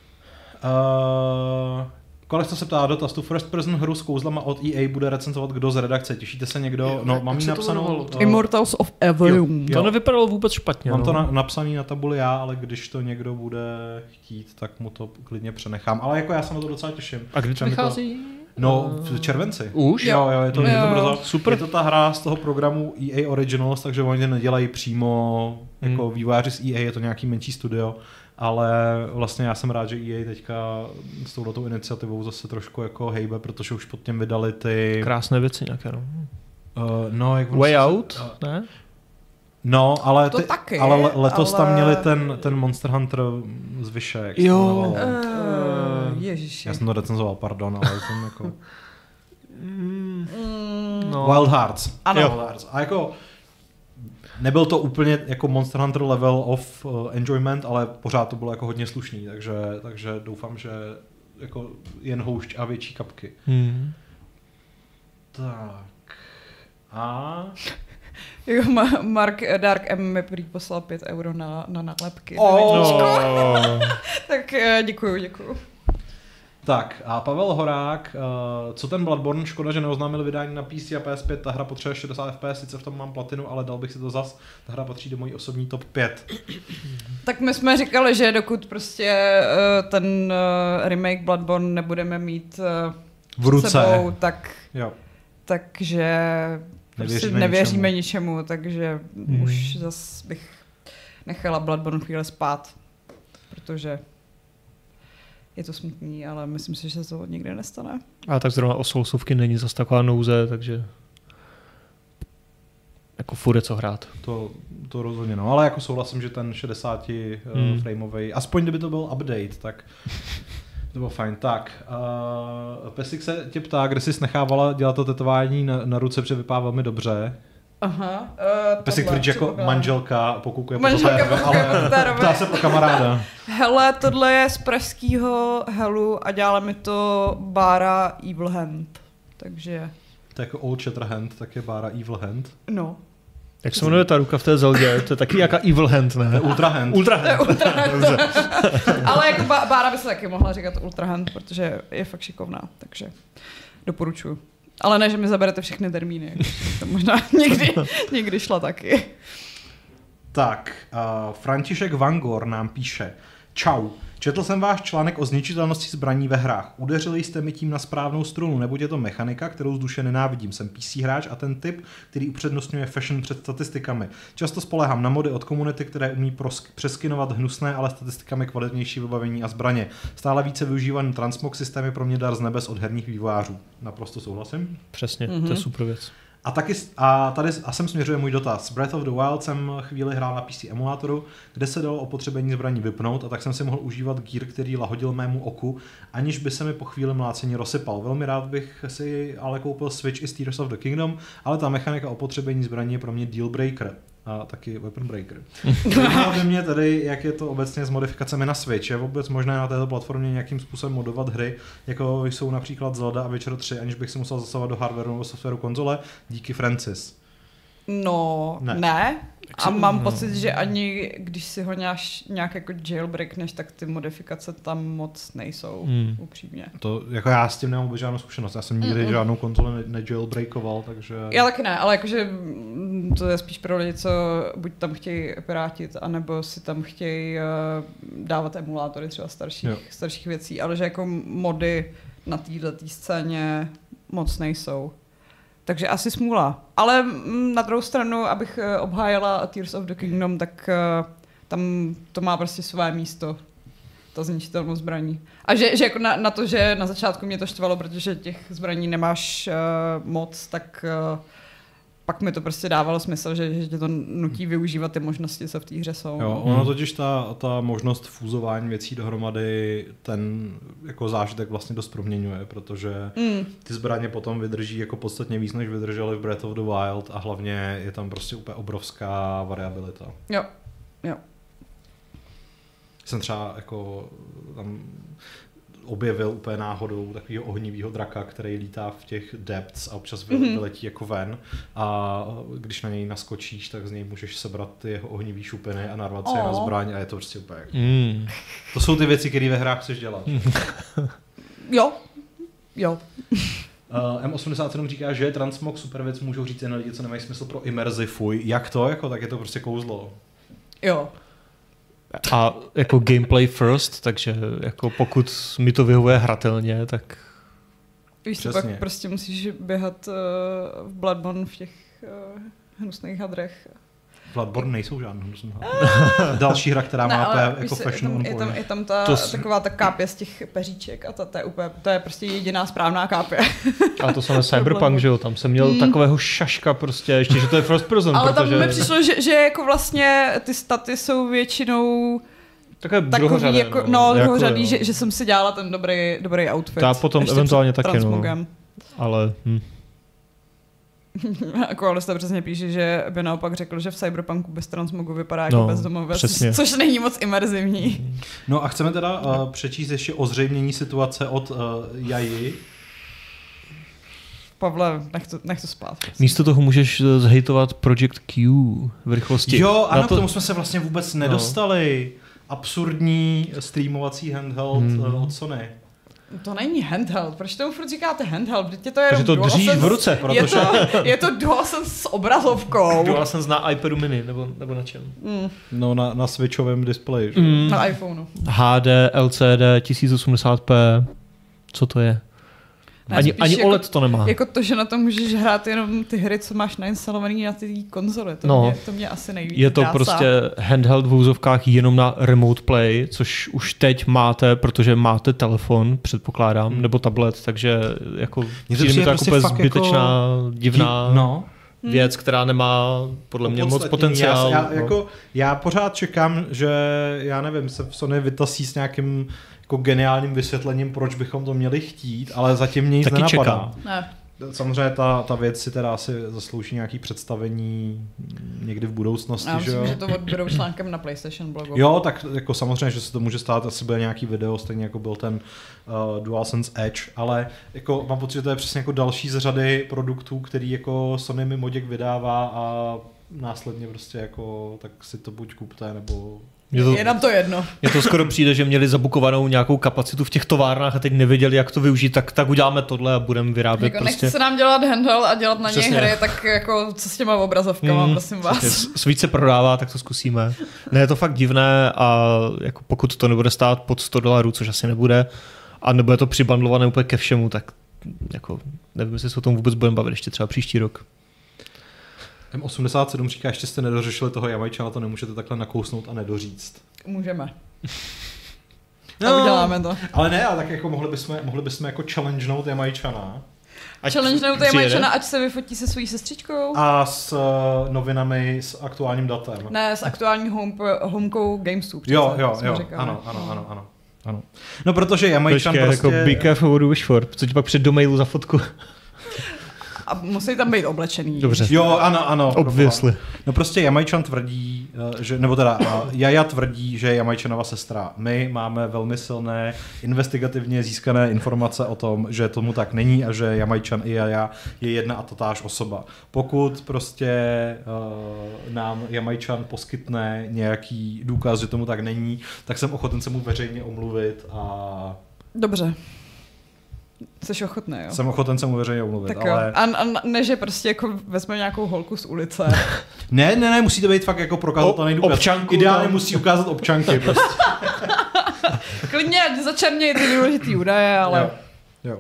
Kolekce se ptá dotaz, tu first person hru s kouzlama od EA bude recenzovat kdo z redakce. Těšíte se někdo? No, mám jí napsanou... Immortals of Aveum. To nevypadalo vůbec špatně. Mám to napsaný na tabuli já, ale když to někdo bude chtít, tak mu to klidně přenechám. Ale jako já se na to docela těším. A když to vychází? No, v červenci. Už? Jo, je to brzo. Super. Je to ta hra z toho programu EA Originals, takže oni nedělají přímo jako vývojáři z EA, je to nějaký menší studio. Ale vlastně já jsem rád, že EA teďka s touhletou iniciativou zase trošku jako hejbe, protože už pod tím vydali ty... Krásné věci nějaké, no. No, jak Way Out, ne? No, ale, ale letos tam měli ten Monster Hunter zvyšek. Jo. Ježiši. Já jsem to recenzoval, pardon, ale jsem jako... Wild Hearts. Ano. Wild Hearts. A jako... Nebyl to úplně jako Monster Hunter level of enjoyment, ale pořád to bylo jako hodně slušný, takže doufám, že jako jen houšť a větší kapky. Tak. A... Mark Dark M mi prý poslal 5 € na nálepky. Tak děkuju. Tak a Pavel Horák, co ten Bloodborne, škoda, že neoznámili vydání na PC a PS5, ta hra potřebuje 60 FPS, sice v tom mám platinu, ale dal bych si to zas, ta hra patří do mojí osobní top 5. Tak my jsme říkali, že dokud prostě ten remake Bloodborne nebudeme mít v ruce, sebou, takže prostě nevěříme ničemu, takže už zas bych nechala Bloodborne chvíli spát, protože je to smutný, ale myslím si, že to nikdy nestane. A tak zrovna o Soulsovky není zas taková nouze, takže jako furt je co hrát. To rozhodně, no, ale jako souhlasím, že ten 60 frameový, aspoň kdyby to byl update, tak to bylo fajn. Tak, Pesik se tě ptá, kde jsi nechávala dělat to tetování na ruce, protože vypadá velmi dobře. Aha. Pesik tvrdí jako manželka pokoukuje po ale ptá se pro kamaráda. Hele, tohle je z pražského Hellu a dělala mi to Bára Evil Hand, takže... To je jako Old Shatterhand, tak je Bára Evil Hand. No. Jak se jmenuje ta ruka v té Zeldě? To je taky nějaká Evil Hand, ne? Ultra Hand. Ale jako Bára by se taky mohla říkat Ultra Hand, protože je fakt šikovná, takže doporučuji. Ale ne, že mi zaberete všechny termíny, jako to možná někdy šla taky. Tak, František Vangor nám píše: Čau, četl jsem váš článek o zničitelnosti zbraní ve hrách. Udeřili jste mi tím na správnou strunu, neboť je to mechanika, kterou z duše nenávidím. Jsem PC hráč a ten typ, který upřednostňuje fashion před statistikami. Často spoléhám na mody od komunity, které umí přeskinovat hnusné, ale statistikami kvalitnější vybavení a zbraně. Stále více využívaný transmog systém je pro mě dar z nebes od herních vývojářů. Naprosto souhlasím. Přesně, to je super věc. A tady sem směřuje můj dotaz. Breath of the Wild jsem chvíli hrál na PC emulátoru, kde se dalo opotřebení zbraní vypnout a tak jsem si mohl užívat gear, který lahodil mému oku, aniž by se mi po chvíli mlácení rozsypal. Velmi rád bych si ale koupil Switch i Tears of the Kingdom, ale ta mechanika opotřebení zbraní je pro mě deal breaker. A taky weapon breaker. Zajímalo by mě tedy, jak je to obecně s modifikacemi na Switch. Je vůbec možné na této platformě nějakým způsobem modovat hry, jako jsou například Zelda a Witcher 3, aniž bych si musel zasahovat do hardwareu nebo softwaru konzole? Díky, Francis. No, ne. A mám pocit, že ani když si ho nějak jako jailbreakneš, tak ty modifikace tam moc nejsou, upřímně. To, jako já s tím nemám vůbec žádnou zkušenost. Já jsem nikdy žádnou konzoli nejailbreakoval, takže... Já taky ne, ale jakože to je spíš pro lidi, co buď tam chtějí pirátit, anebo si tam chtějí dávat emulátory třeba starších věcí, ale že jako mody na této scéně moc nejsou. Takže asi smůla. Ale na druhou stranu, abych obhájila Tears of the Kingdom, tak tam to má prostě své místo, ta zničitelnost zbraní. A že jako na to, že na začátku mě to štvalo, protože těch zbraní nemáš moc, tak pak mi to prostě dávalo smysl, že tě to nutí využívat ty možnosti, co v té hře jsou. Jo, ono totiž ta možnost fúzování věcí dohromady ten jako zážitek vlastně dost proměňuje, protože ty zbraně potom vydrží jako podstatně víc, než vydržely v Breath of the Wild a hlavně je tam prostě úplně obrovská variabilita. Jo. Jsem třeba jako tam objevil úplně náhodou takového ohnivého draka, který lítá v těch depths a občas vyletí jako ven a když na něj naskočíš, tak z něj můžeš sebrat ty jeho ohnivý šupiny a narvat se na zbraň a je to prostě úplně To jsou ty věci, které ve hrách chceš dělat. Jo. M87 říká, že je transmog super věc, můžou říct jen lidi, co nemají smysl pro imerzi, fuj. Jak to? Jako, tak je to prostě kouzlo. Jo. A jako gameplay first, takže jako pokud mi to vyhovuje hratelně, tak... Víš co, pak prostě musíš běhat v Bloodborne v těch hnusných hadrech. Bloodborne nejsou žádný hnusný hadry. Další hra, která má jako fashion on point. Je tam taková ta kápě z těch peříček a to je prostě jediná správná kápě. Ale to samé Cyberpunk, že jo, tam jsem měl takového šaška prostě, ještě, že to je first person. Ale protože... tam mi přišlo, že jako vlastně ty staty jsou většinou takový jako, druhořadý, že jsem si dělala ten dobrý outfit. Já potom eventuálně taky, ale... Jako Alistair přesně píše, že by naopak řekl, že v Cyberpunku bez transmogu vypadá jako bezdomovec, což není moc imerzivní. No a chceme teda přečíst ještě ozřejmění situace od Jaji. Pavle, nech to spát. Místo toho můžeš zhejtovat Project Q v rychlosti. Jo, ano, k tomu jsme se vlastně vůbec nedostali. Absurdní streamovací handheld od Sony. To není handheld. Proč tomu furt říkáte handheld? Vždyť to je jenom to držíš v ruce, protože... Je to DualSense s obrazovkou. DualSense na iPadu mini, nebo na čem? No na switchovém displeji. Na iPhoneu. HD, LCD, 1080p. Co to je? Ani jako, OLED to nemá. Jako to, že na to můžeš hrát jenom ty hry, co máš nainstalovaný na ty konzole. To mě asi nejvíc je to dásá. prostě handheld v úzovkách jenom na remote play, což už teď máte, protože máte telefon, předpokládám, nebo tablet, takže jako přijde mi to jako úplně zbytečná, divná věc, která nemá podle mě moc potenciál. Já pořád čekám, že já nevím, se v Sony vytasí s nějakým jako geniálním vysvětlením, proč bychom to měli chtít, ale zatím mě nic nenapadá. Samozřejmě ta věc si teda asi zaslouží nějaký představení někdy v budoucnosti. Já myslím, že to odberou článkem na PlayStation blogu. Jo, tak jako samozřejmě, že se to může stát, asi bude nějaký video, stejně jako byl ten DualSense Edge, ale jako mám pocit, že to je přesně jako další z řady produktů, který jako Sony mimo děk vydává a následně prostě jako tak si to buď kupte, nebo... Je nám to jedno. Mně to skoro přijde, že měli zabukovanou nějakou kapacitu v těch továrnách a teď nevěděli, jak to využít, tak uděláme tohle a budeme vyrábět jako prostě. Nechce se nám dělat handheld a dělat na něj hry, tak jako co s těma obrazovkama, prosím vás. Switch se prodává, tak to zkusíme. Ne, je to fakt divné a jako pokud to nebude stát pod $100, což asi nebude, a nebude to přibandlované úplně ke všemu, tak jako nevím, jestli se o tom vůbec budeme bavit ještě třeba příští rok. M87 říká, ještě jste nedořešili toho Jamajčana, to nemůžete takhle nakousnout a nedoříct. Můžeme. No, uděláme to. Ale ne, ale tak jako mohli bychom jako challengenout Jamajčana. Challengenout Jamajčana, ať se vyfotí se svojí sestřičkou. A s novinami s aktuálním datem. Ne, s aktuální homkou Gamesu. Jo, ano. No protože Jamajčan prostě... jako be careful what you wish for, co ti pak před do mailu za fotku. A musí tam být oblečený. Dobře. Jo, ano. Obviously. No prostě Jamajčan tvrdí, že, nebo teda Jaja tvrdí, že je Jamajčanova sestra. My máme velmi silné, investigativně získané informace o tom, že tomu tak není a že Jamajčan i Jaja je jedna a tatáž osoba. Pokud prostě nám Jamajčan poskytne nějaký důkaz, že tomu tak není, tak jsem ochoten se mu veřejně omluvit a... Dobře. Jsi ochotný, jo? Jsem ochoten se mu veřejně omluvit, tak ale... A ne, že prostě jako vezme nějakou holku z ulice. Ne, musí to být fakt jako prokazatelný důkaz. Občanku ideálně musí ukázat občanky prostě. Klidně, ať začernějí ty důležitý údaje, ale... Jo.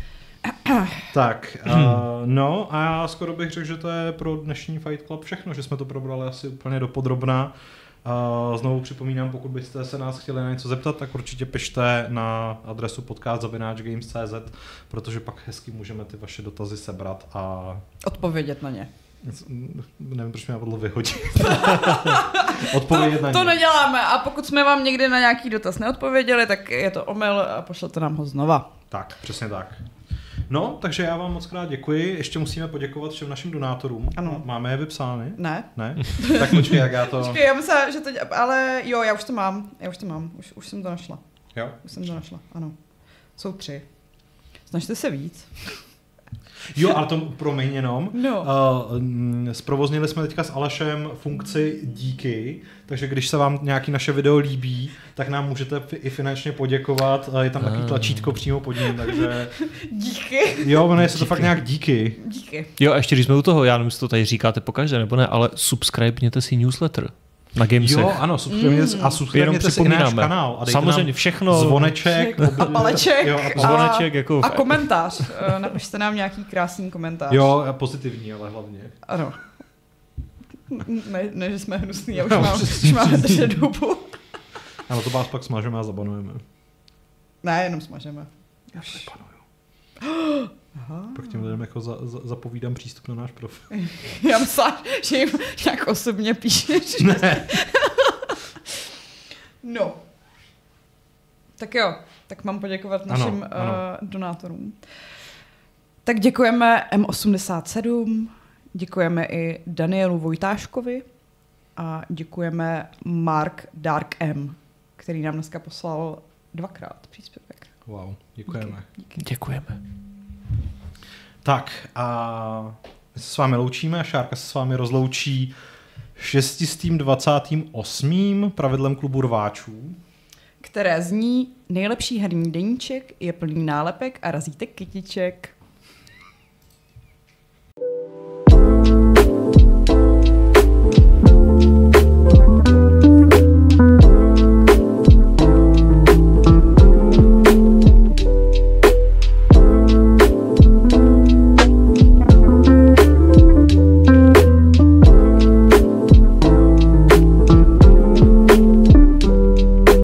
Tak, no a já skoro bych řekl, že to je pro dnešní Fight Club všechno, že jsme to probrali asi úplně dopodrobna. Znovu připomínám, pokud byste se nás chtěli na něco zeptat, tak určitě pište na adresu podcast@games.cz, protože pak hezky můžeme ty vaše dotazy sebrat a... odpovědět na ně. Nevím, proč mě napadlo vyhodit. Odpovědět na ně. To neděláme a pokud jsme vám někdy na nějaký dotaz neodpověděli, tak je to omyl a pošlete nám ho znova. Tak, přesně tak. No, takže já vám moc krát děkuji. Ještě musíme poděkovat všem našim donátorům. Ano. Máme je vypsány? Ne. Tak počkej, jak já to... Počkej, já myslím, že to... Ale jo, já už to mám. Už jsem to našla. Jo? Už jsem to našla, ano. Jsou 3. Snažte se víc. Jo, ale to promiň jenom. No. Zprovoznili jsme teďka s Alešem funkci díky, takže když se vám nějaký naše video líbí, tak nám můžete i finančně poděkovat. Je tam takový tlačítko přímo pod ním, takže... Díky. Jo, jmenuje se to fakt nějak díky. Díky. Jo, a ještě když jsme u toho, já nevím, jestli to tady říkáte pokaždé, nebo ne, ale subscribněte si newsletter na Gamesech. Jo, ano, subscribněte si i náš kanál. A samozřejmě všechno. Zvoneček. A paleček. Jo, a zvoneček jako... A komentář. Napište nám nějaký krásný komentář. Jo, pozitivní, ale hlavně. Ano. Ne, že jsme hnusný, já už máme držet hubu. Ano, to vás pak smažeme a zabanujeme. Ne, jenom smažeme. Já to nepanuju. Pak těm lidem jako zapovídám přístup na náš profil. Já myslím, že jim nějak osobně píšeš. Ne. No. Tak jo, tak mám poděkovat našim donátorům. Tak děkujeme M87, děkujeme i Danielu Vojtáškovi a děkujeme Mark Dark M, který nám dneska poslal 2krát příspěvek. Wow, děkujeme. Díky. Děkujeme. Tak a my se s vámi loučíme a Šárka se s vámi rozloučí 628. pravidlem klubu rváčů, které zní: nejlepší herní deníček je plný nálepek a razítek kytiček.